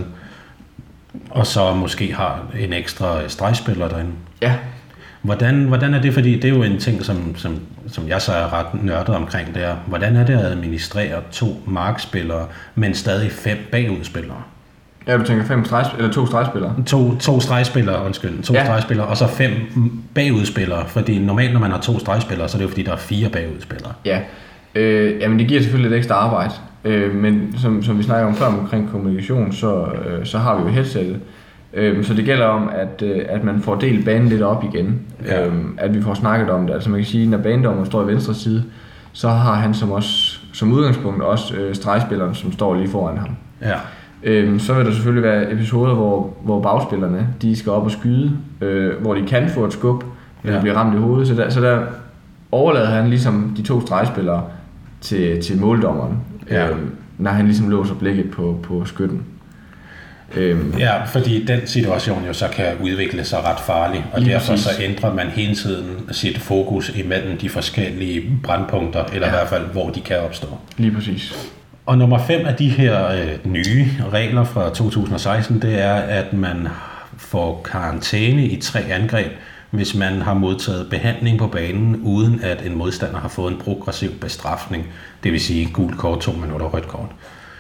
og så måske har en ekstra stregspiller derinde? Ja. Hvordan er det, fordi det er jo en ting, som jeg så er ret nørdet omkring, det er, hvordan er det at administrere 2 markspillere, men stadig 5 bagudspillere? Ja, du tænker 2 stregspillere? To stregspillere, stregspillere, og så 5 bagudspillere, fordi normalt, når man har 2 stregspillere, så er det jo fordi, der er 4 bagudspillere. Ja, jamen det giver selvfølgelig lidt ekstra arbejde, men som vi snakker om før omkring kommunikation, så har vi jo headsettet. Så det gælder om, at man får delt banen lidt op igen, at vi får snakket om det. Altså man kan sige, når banedommeren står i venstre side, så har han som udgangspunkt også stregspilleren, som står lige foran ham. Ja. Så vil der selvfølgelig være episoder, hvor bagspillerne de skal op og skyde, hvor de kan få et skub, eller blive ramt i hovedet. Så der overlader han ligesom de 2 stregspillere til måldommeren, når han ligesom låser blikket på skytten. Ja, fordi den situation jo så kan udvikle sig ret farligt, og derfor så ændrer man hele tiden sit fokus imellem de forskellige brandpunkter, eller i hvert fald, hvor de kan opstå. Lige præcis. Og nummer 5 af de her nye regler fra 2016, det er, at man får karantæne i 3 angreb, hvis man har modtaget behandling på banen, uden at en modstander har fået en progressiv bestrafning, det vil sige gult kort, 2 minutter rødt kort.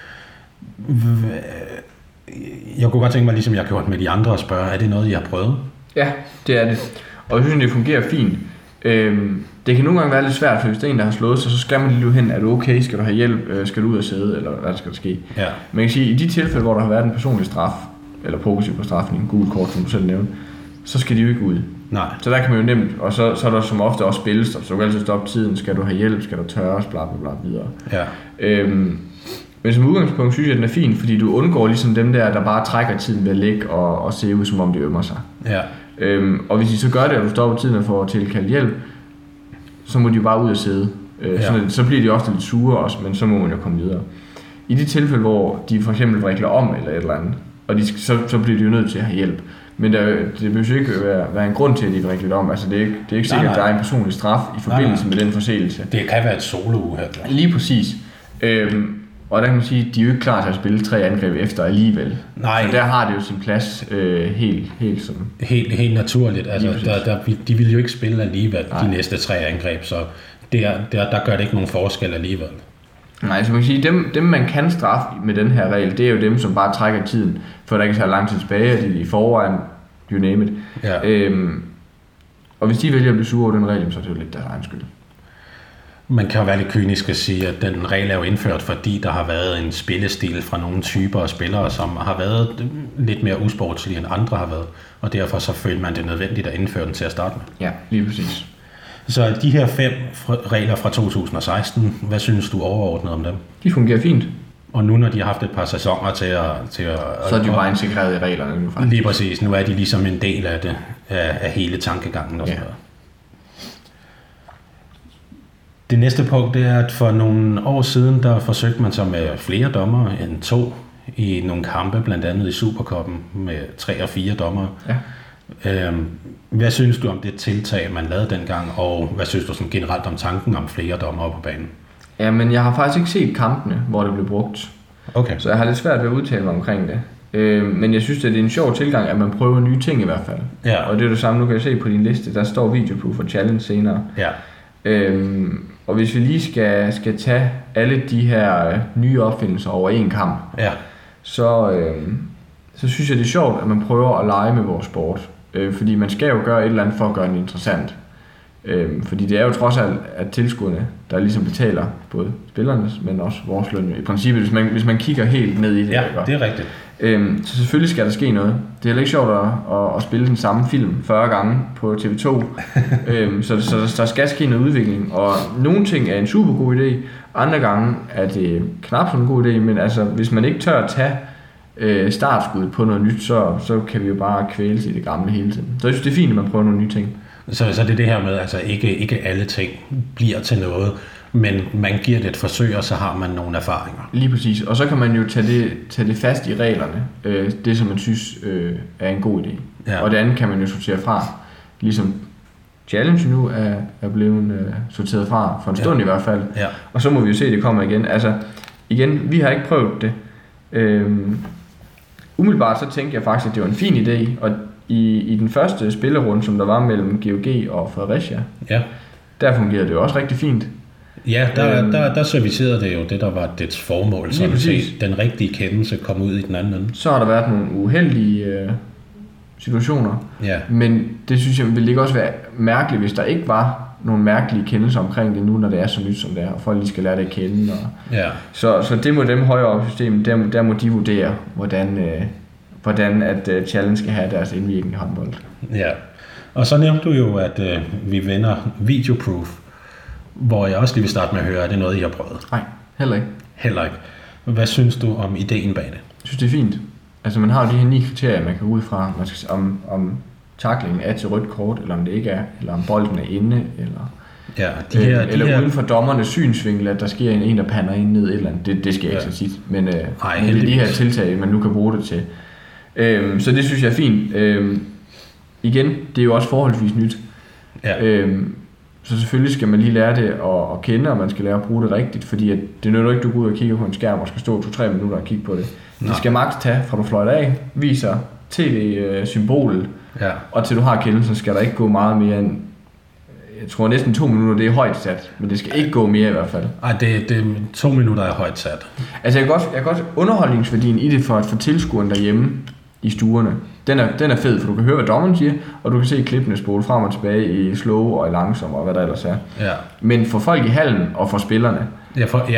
Jeg kunne godt tænke mig, ligesom jeg har gjort med de andre, at spørge, er det noget, I har prøvet? Ja, det er det. Og jeg synes, det fungerer fint. Det kan nogle gange være lidt svært, for hvis det er en, der har slået sig, så skal man lige hen, er du okay, skal du have hjælp, skal du ud og sidde, eller hvad skal der ske? Ja. Man kan sige, i de tilfælde, hvor der har været en personlig straf, eller progressiv bestrafning, gult kort, som du selv nævnte, så skal de jo ikke ud. Nej. Så der kan man jo nemt, og så er der som ofte også spillestop, så du kan altid stoppe tiden, skal du have hjælp, skal du tørres, bla bla bla videre. Ja. Men som udgangspunkt synes jeg, at den er fin, fordi du undgår ligesom dem der bare trækker tiden ved at ligge og se ud, som om de ømmer sig. Ja. Og hvis de så gør det, og du stopper tiden for at tilkalde hjælp, så må de jo bare ud og sidde. Så bliver de ofte lidt sure også, men så må man jo komme videre. I de tilfælde, hvor de for eksempel vrikler om eller et eller andet, og så bliver de jo nødt til at have hjælp. Men det behøver ikke være en grund til, at de vrikler om. Altså det er ikke sikkert, at der er en personlig straf i forbindelse med den forseelse. Det kan være et solouheld. Lige præcis. Og der kan man sige, at de er jo ikke klar til at spille 3 angreb efter alligevel. Nej. Så der har det jo sin plads helt sådan. Helt naturligt. Altså, de vil jo ikke spille alligevel de næste 3 angreb, så der gør det ikke nogen forskel alligevel. Nej, så man kan sige, dem man kan straffe med den her regel, det er jo dem, som bare trækker tiden, for der ikke så lang tid tilbage, og de er i forvejen, you name it. Ja. Og hvis de vælger at blive sure over den regel, så er det jo lidt deres egen skyld. Man kan jo være lidt kynisk at sige, at den regel er jo indført, fordi der har været en spillestil fra nogle typer af spillere, som har været lidt mere usportslige end andre har været, og derfor så føler man det nødvendigt at indføre den til at starte med. Ja, lige præcis. Så de her 5 regler fra 2016, hvad synes du overordnet om dem? De fungerer fint. Og nu når de har haft et par sæsoner til at så er de bare integreret i reglerne nu faktisk. Lige præcis, nu er de ligesom en del af det, af hele tankegangen og sådan noget. Det næste punkt, det er, at for nogle år siden, der forsøgte man sig med flere dommere end 2 i nogle kampe, blandt andet i Supercuppen med 3 og 4 dommere. Ja. Hvad synes du om det tiltag, man lavede dengang, og hvad synes du sådan generelt om tanken om flere dommere på banen? Jamen, jeg har faktisk ikke set kampene, hvor det blev brugt. Okay. Så jeg har lidt svært ved at udtale mig omkring det. Men jeg synes, at det er en sjov tilgang, at man prøver nye ting i hvert fald. Ja. Og det er det samme, du kan se på din liste, der står Videoproof og Challenge senere. Ja. Og hvis vi lige skal tage alle de her nye opfindelser over en kamp, ja. så synes jeg, det er sjovt, at man prøver at lege med vores sport. Fordi man skal jo gøre et eller andet for at gøre den interessant. Fordi det er jo trods alt, at tilskuerne, der ligesom betaler både spillernes, men også vores løn. I princippet, hvis man kigger helt ned i det. Ja, det er rigtigt. Så selvfølgelig skal der ske noget. Det er heller ikke sjovt at spille den samme film 40 gange på TV2. Så der skal ske noget udvikling. Og nogle ting er en super god idé, andre gange er det knap så en god idé, men altså, hvis man ikke tør at tage startskud på noget nyt, så kan vi jo bare kvæles i det gamle hele tiden. Så jeg synes, det er fint, at man prøver nogle nye ting. Så det er det her med, altså ikke alle ting bliver til noget, men man giver det et forsøg, og så har man nogle erfaringer. Lige præcis, og så kan man jo tage det fast i reglerne, det som man synes er en god idé. Ja. Og det andet kan man jo sortere fra, ligesom Challenge nu er blevet sorteret fra, for en stund i hvert fald. Ja. Og så må vi jo se, at det kommer igen. Altså, igen, vi har ikke prøvet det. Umiddelbart så tænkte jeg faktisk, at det var en fin idé, og i den første spillerunde, som der var mellem GOG og Fredericia, ja. Der fungerede det jo også rigtig fint. Ja, der servicerede det jo det, der var dets formål, så den rigtige kendelse kom ud i den anden ende. Så har der været nogle uheldige situationer, ja. Men det synes jeg ville ikke også være mærkeligt, hvis der ikke var nogle mærkelige kendelser omkring det nu, når det er så nyt som det er, og folk lige skal lære det at kende. Og ja. Så det må dem højere op i systemet, der må de vurdere, hvordan at Challenge skal have deres indvirkning i håndbold. Ja, og så nævnte du jo, at vi vender Videoproof, hvor jeg også lige vil starte med at høre, er det noget, I har prøvet? Nej, heller ikke. Heller ikke. Hvad synes du om ideen bag det? Jeg synes, det er fint. Altså, man har jo de her 9 kriterier, man kan ud fra, om tacklingen er til rødt kort, eller om det ikke er, eller om bolden er inde, eller... Ja, eller uden for dommernes synsvinkel, at der sker en der pander ind ned et eller andet. Det sker ikke så tit, men det er de her tiltag, man nu kan bruge det til. Så det synes jeg er fint. Igen, det er jo også forholdsvis nyt. Ja. Så selvfølgelig skal man lige lære det at kende, og man skal lære at bruge det rigtigt, fordi at det nytter ikke, du går ud og kigger på en skærm og skal stå 2-3 minutter og kigge på det. Det skal maks tage fra du fløjter af, viser tv-symbolet, ja. Og til du har kendelsen, skal der ikke gå meget mere end, jeg tror næsten 2 minutter, det er højt sat, men det skal ikke gå mere i hvert fald. Nej, det 2 minutter er højt sat. Altså jeg kan godt underholdningsværdien i det for tilskueren derhjemme i stuerne. Den er fed, for du kan høre, hvad dommeren siger, og du kan se klippene spole frem og tilbage i slow og i langsom og hvad der ellers er. Ja. Men for folk i hallen og for spillerne. Folk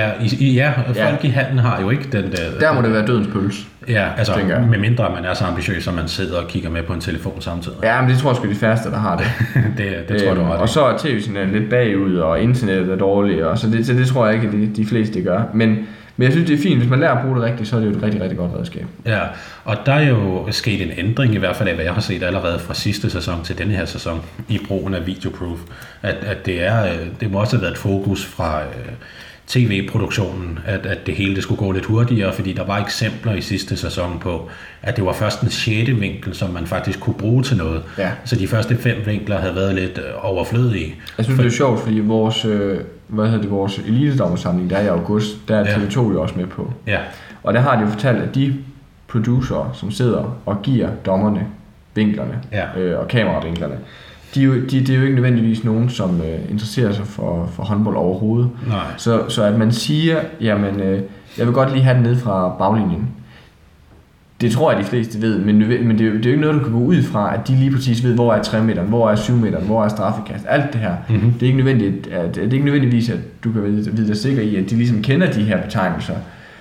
i hallen har jo ikke den der... Der må det være dødens pølse. Ja, altså med mindre man er så ambitiøs, at man sidder og kigger med på en telefon samtidig. Ja, men det tror jeg sgu de færreste, der har det. det tror du ret. Og så er tv-signalen lidt bagud, og internettet er dårligt, og så det tror jeg ikke, at de fleste gør. Men jeg synes, det er fint. Hvis man lærer at bruge det rigtigt, så er det jo et rigtig, rigtig godt redskab. Ja, og der er jo sket en ændring, i hvert fald af, hvad jeg har set allerede fra sidste sæson til denne her sæson, i brugen af Videoproof. At det må også have været et fokus fra tv-produktionen, at det hele det skulle gå lidt hurtigere, fordi der var eksempler i sidste sæson på, at det var først den 6. vinkel, som man faktisk kunne bruge til noget. Ja. Så de første 5 vinkler havde været lidt overflødige. Jeg synes, det er sjovt, fordi vores elitedommersamling, der er i august, der er TV2 jo også med på. Ja. Og der har de jo fortalt, at de producer, som sidder og giver dommerne vinklerne, og kameravinklerne, det er jo ikke nødvendigvis nogen, som interesserer sig for håndbold overhovedet. Nej. Så at man siger, jamen, jeg vil godt lige have den ned fra baglinjen. Det tror jeg, de fleste ved, men det er jo ikke noget, du kan gå ud fra, at de lige præcis ved, hvor er 3 meteren, hvor er 7 meteren, hvor er straffekast, alt det her. Mm-hmm. Det er ikke nødvendigvis, at du kan vide dig sikker i, at de ligesom kender de her betegnelser.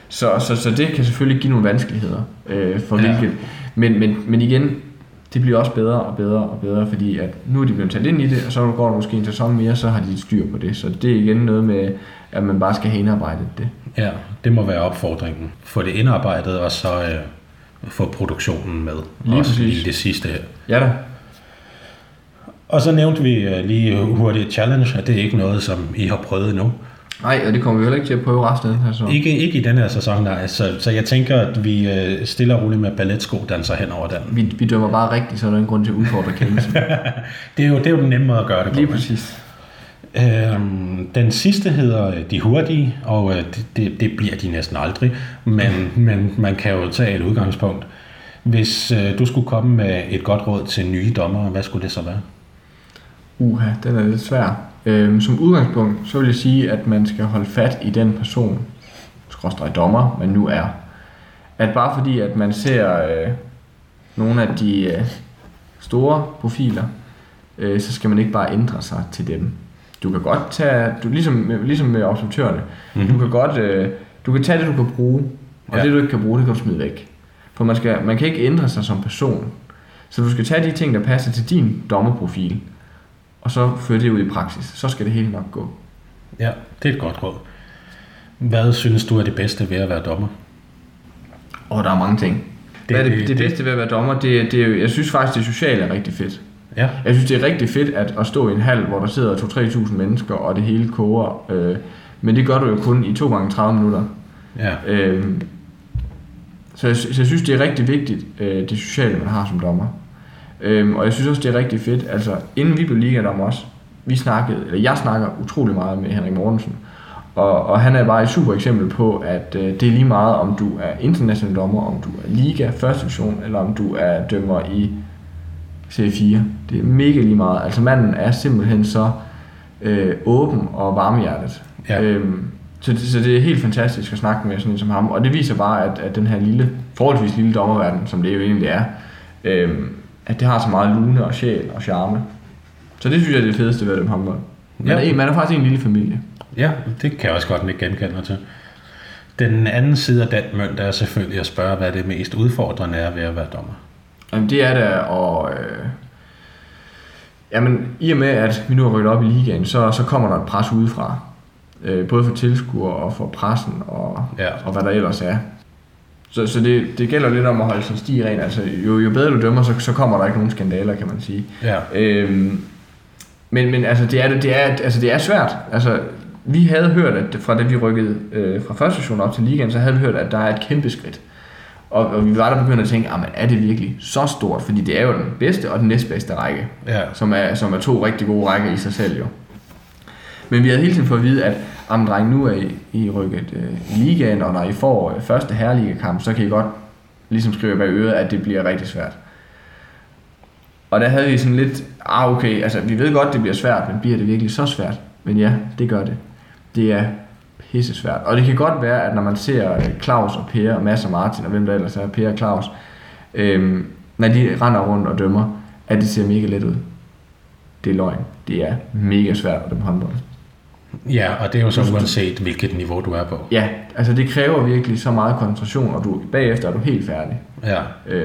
Så det kan selvfølgelig give nogle vanskeligheder for hvilket. Men igen, det bliver også bedre og bedre og bedre, fordi at nu er de blevet taget ind i det, og så går der måske en sæson mere, så har de styr på det. Så det er igen noget med, at man bare skal have indarbejdet det. Ja, det må være opfordringen. Få det indarbejdet, og så få produktionen med. Lige også i det sidste her. Ja da. Og så nævnte vi lige hurtigt challenge, at det er ikke noget, som I har prøvet endnu. Nej, og det kommer vi heller ikke til at prøve resten af den her sæson. Ikke i den her sæson, nej. Så jeg tænker, at vi stille og roligt med balletsko danser hen over den. Vi dømmer bare rigtigt, så er der ingen grund til at udfordre kendelsen. det er jo den nemme måde at gøre det på. Lige præcis. Den sidste hedder de hurtige, og det bliver de næsten aldrig. Men man kan jo tage et udgangspunkt. Hvis du skulle komme med et godt råd til nye dommere, hvad skulle det så være? Den er lidt svær. Som udgangspunkt, så vil jeg sige, at man skal holde fat i den person, skråstreg dommer, man nu er. At bare fordi, at man ser nogle af de store profiler, så skal man ikke bare ændre sig til dem. Du kan godt tage, ligesom med observatørerne, du kan tage det, du kan bruge, og det, du ikke kan bruge, det kan du smide væk. For man kan ikke ændre sig som person. Så du skal tage de ting, der passer til din dommerprofil, og så føre det ud i praksis. Så skal det hele nok gå. Ja, det er et godt råd. Hvad synes du er det bedste ved at være dommer? Der er mange ting. Det bedste ved at være dommer, jeg synes faktisk, det sociale er rigtig fedt. Ja. Jeg synes, det er rigtig fedt at stå i en hal, hvor der sidder 2-3.000 mennesker, og det hele koger. Men det gør du jo kun i 2 gange 30 minutter. Ja. Så jeg synes, det er rigtig vigtigt, det sociale, man har som dommer. Og jeg synes også, det er rigtig fedt. Altså, inden vi blev ligadommer også, jeg snakker utrolig meget med Henrik Mortensen. Og han er bare et super eksempel på, at det er lige meget, om du er international dommer, om du er liga, første division, eller om du er dømmer i C4. Det er mega lige meget. Altså, manden er simpelthen så åben og varmhjertet. Ja. Så det er helt fantastisk at snakke med sådan en som ham. Og det viser bare, at den her forholdsvis lille dommerverden, som det jo egentlig er, at det har så meget lune og sjæl og charme. Så det synes jeg er det fedeste ved dem håndbold. Man er faktisk en lille familie. Ja, det kan jeg også godt ikke genkende til. Den anden side af den mønt er selvfølgelig at spørge, hvad det mest udfordrende er ved at være dommer. Jamen det er da, og i og med at vi nu har rykket op i ligaen, så kommer der et pres udefra. Både for tilskuere og for pressen og hvad der ellers er. Så det gælder lidt om at holde sin sti ren. Altså, jo bedre du dømmer, så kommer der ikke nogen skandaler, kan man sige. Ja. Men altså, det er svært. Altså, vi havde hørt, at fra da vi rykkede fra første division op til ligaen, så havde vi hørt, at der er et kæmpe skridt. Og vi var der begyndt at tænke, er det virkelig så stort? Fordi det er jo den bedste og den næstbedste række, som er 2 rigtig gode rækker i sig selv jo. Men vi havde hele tiden fået at vide, at dreng, nu er I rykket i ligaen, og når I får første herreligakamp, så kan I godt ligesom skrive bag øret, at det bliver rigtig svært. Og der havde vi sådan lidt, okay, altså vi ved godt, det bliver svært, men bliver det virkelig så svært? Men ja, det gør det. Det er pisse svært. Og det kan godt være, at når man ser Claus og Per og Mads og Martin, og hvem der ellers er, Per og Claus, når de render rundt og dømmer, at det ser mega let ud. Det er løgn. Det er mega svært at dømme håndbold. Ja, og det er jo så uanset, hvilket niveau du er på. Ja, altså det kræver virkelig så meget koncentration, og bagefter er du helt færdig. Ja.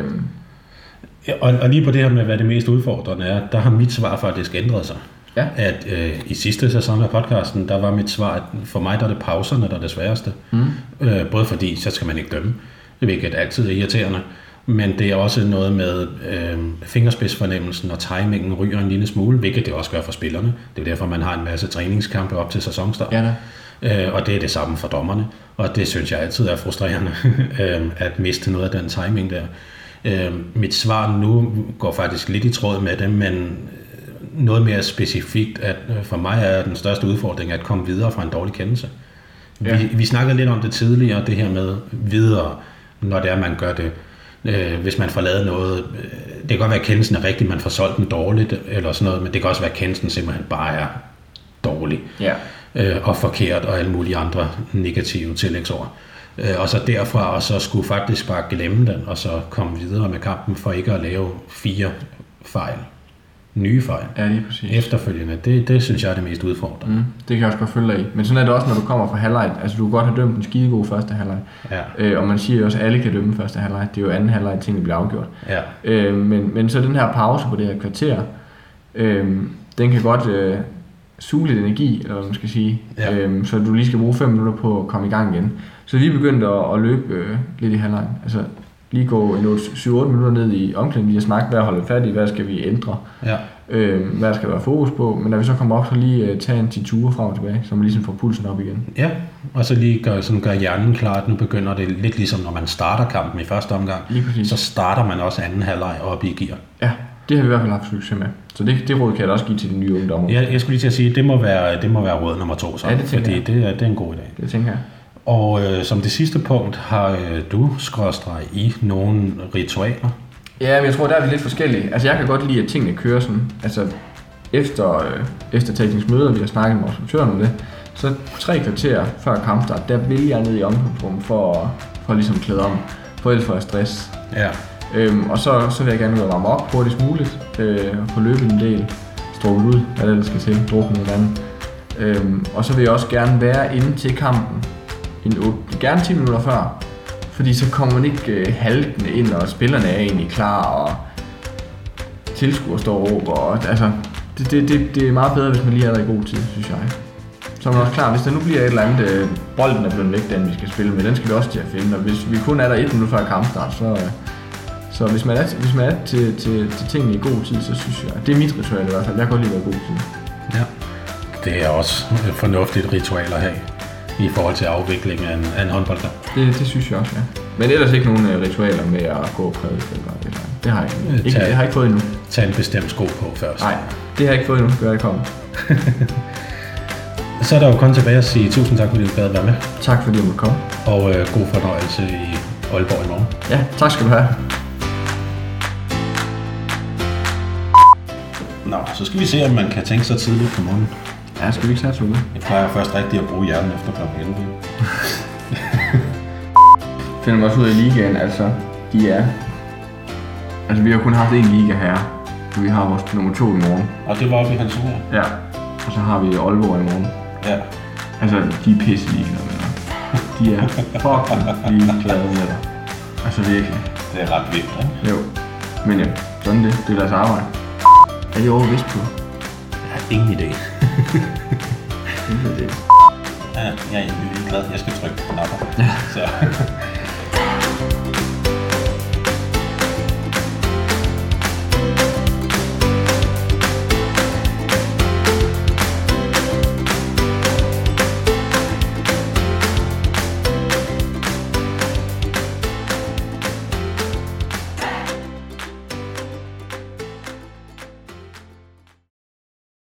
Og lige på det her med, hvad det mest udfordrende er, der har mit svar faktisk ændret sig. Ja. At i sidste sæson af podcasten, der var mit svar, at for mig der er det pauserne, der er det sværeste. Både fordi, så skal man ikke dømme, hvilket altid er irriterende. Men det er også noget med fingerspidsfornemmelsen og timingen ryger en lille smule, hvilket det også gør for spillerne. Det er derfor, man har en masse træningskampe op til sæsonstart. Ja, og det er det samme for dommerne. Og det synes jeg altid er frustrerende, at miste noget af den timing der. Mit svar nu går faktisk lidt i tråd med det, men noget mere specifikt, at for mig er den største udfordring at komme videre fra en dårlig kendelse. Ja. Vi snakkede lidt om det tidligere, det her med videre, når det er, man gør det. Hvis man får lavet noget, det kan godt være, at kendelsen er rigtig, man får solgt den dårligt, eller sådan noget, men det kan også være, at kendelsen simpelthen bare er dårlig, og forkert, og alle mulige andre negative tillægsord. Og så derfra, og så skulle faktisk bare glemme den, og så komme videre med kampen, for ikke at lave 4 fejl. Nye fejl. Ja, lige præcis. Efterfølgende. Det synes jeg er det mest udfordrende. Det kan jeg også godt følge dig i. Men sådan er det også, når du kommer fra halvleg. Altså, du kan godt have dømt en skidegod første halvleg. Ja. Og man siger jo også, at alle kan dømme første halvleg. Det er jo anden halvleg, tingene bliver afgjort. Ja. Men så den her pause på det her kvarter, den kan godt suge lidt energi, eller hvad man skal sige. Ja. Så du lige skal bruge 5 minutter på at komme i gang igen. Så vi begyndte at løbe lidt i halvleg. Altså, lige gå 7-8 minutter ned i omklædningen, lige at snakke, hvad holder vi fat i, hvad skal vi ændre. Ja. Hvad der skal være fokus på, men da vi så kommer op, så lige tage en 10 ture frem og tilbage, så man ligesom får pulsen op igen. Ja, og så lige gør hjernen klar, at nu begynder det lidt ligesom, når man starter kampen i første omgang. Lige præcis. Så starter man også anden halvleg op i gear. Ja, det har vi i hvert fald haft succes med. Så det råd kan jeg da også give til de nye unge dommer. Ja, jeg skulle lige til at sige, det må være råd nummer 2, så, ja, det fordi det er en god idé. Det tænker jeg. Og som det sidste punkt, har du i nogle ritualer? Ja, men jeg tror, der er vi lidt forskellige. Altså, jeg kan godt lide, at tingene kører sådan. Altså, efter tekningsmøder, vi har snakket med instruktøren om det, så 3 kvarter før kampstart, der vil jeg ned i omklædningsrummet for ligesom klæde om, for ellers for stress. Ja. Og så vil jeg gerne ud og varme op hurtigst muligt, få løbet en del, strukket ud, hvad det skal til, drukke noget andet. Og så vil jeg også gerne være inde til kampen, gerne 10 minutter før, fordi så kommer man ikke haltende ind, og spillerne er egentlig klar, og tilskuere står og råber. Og, altså, det er meget bedre, hvis man lige er der i god tid, synes jeg. Så er man også klar, hvis der nu bliver et eller andet, bolden er blevet væk, den vi skal spille med, den skal vi også til at finde. Og hvis vi kun er der 1 minut før kampstart, så hvis man er til tingene i god tid, så synes jeg, det er mit ritual i hvert fald, jeg kan godt lide at være i god tid. Ja, det er også et fornuftigt ritual at have i forhold til afvikling af en håndboldkamp. Det synes jeg også, ja. Men ellers ikke nogen ritualer med at gå og prædike eller det har jeg ikke. Jeg har ikke fået endnu. Tag en bestemt sko på først. Nej, det har jeg ikke fået endnu, før jeg kommer. Så er der jo kun tilbage at sige tusind tak, fordi du gad være med. Tak fordi du måtte komme. Og god fornøjelse i Aalborg i morgen. Ja, tak skal du have. Nå, så skal vi se, om man kan tænke sig tidligt på morgenen. Ja, skal vi ikke tage det? Jeg plejer først rigtig at bruge hjernen efter kl. 11. Finder man også ud af ligaen, altså vi har kun haft én liga her. Vi har vores nummer 2 i morgen. Og det var oppe i hans ord. Ja, og så har vi Aalborg i morgen. Ja. Altså, de er pisse ligeglade med dig. De er fucking ligeglade med dig. Altså virkelig. Det er ret vildt, ikke? Jo. Men ja, sådan det er deres arbejde. Er de over Vestpå? Jeg har ingen idé. Ingen idé. Ja, jeg er egentlig ligeglad. Jeg skal trykke på knapper. Ja. Så.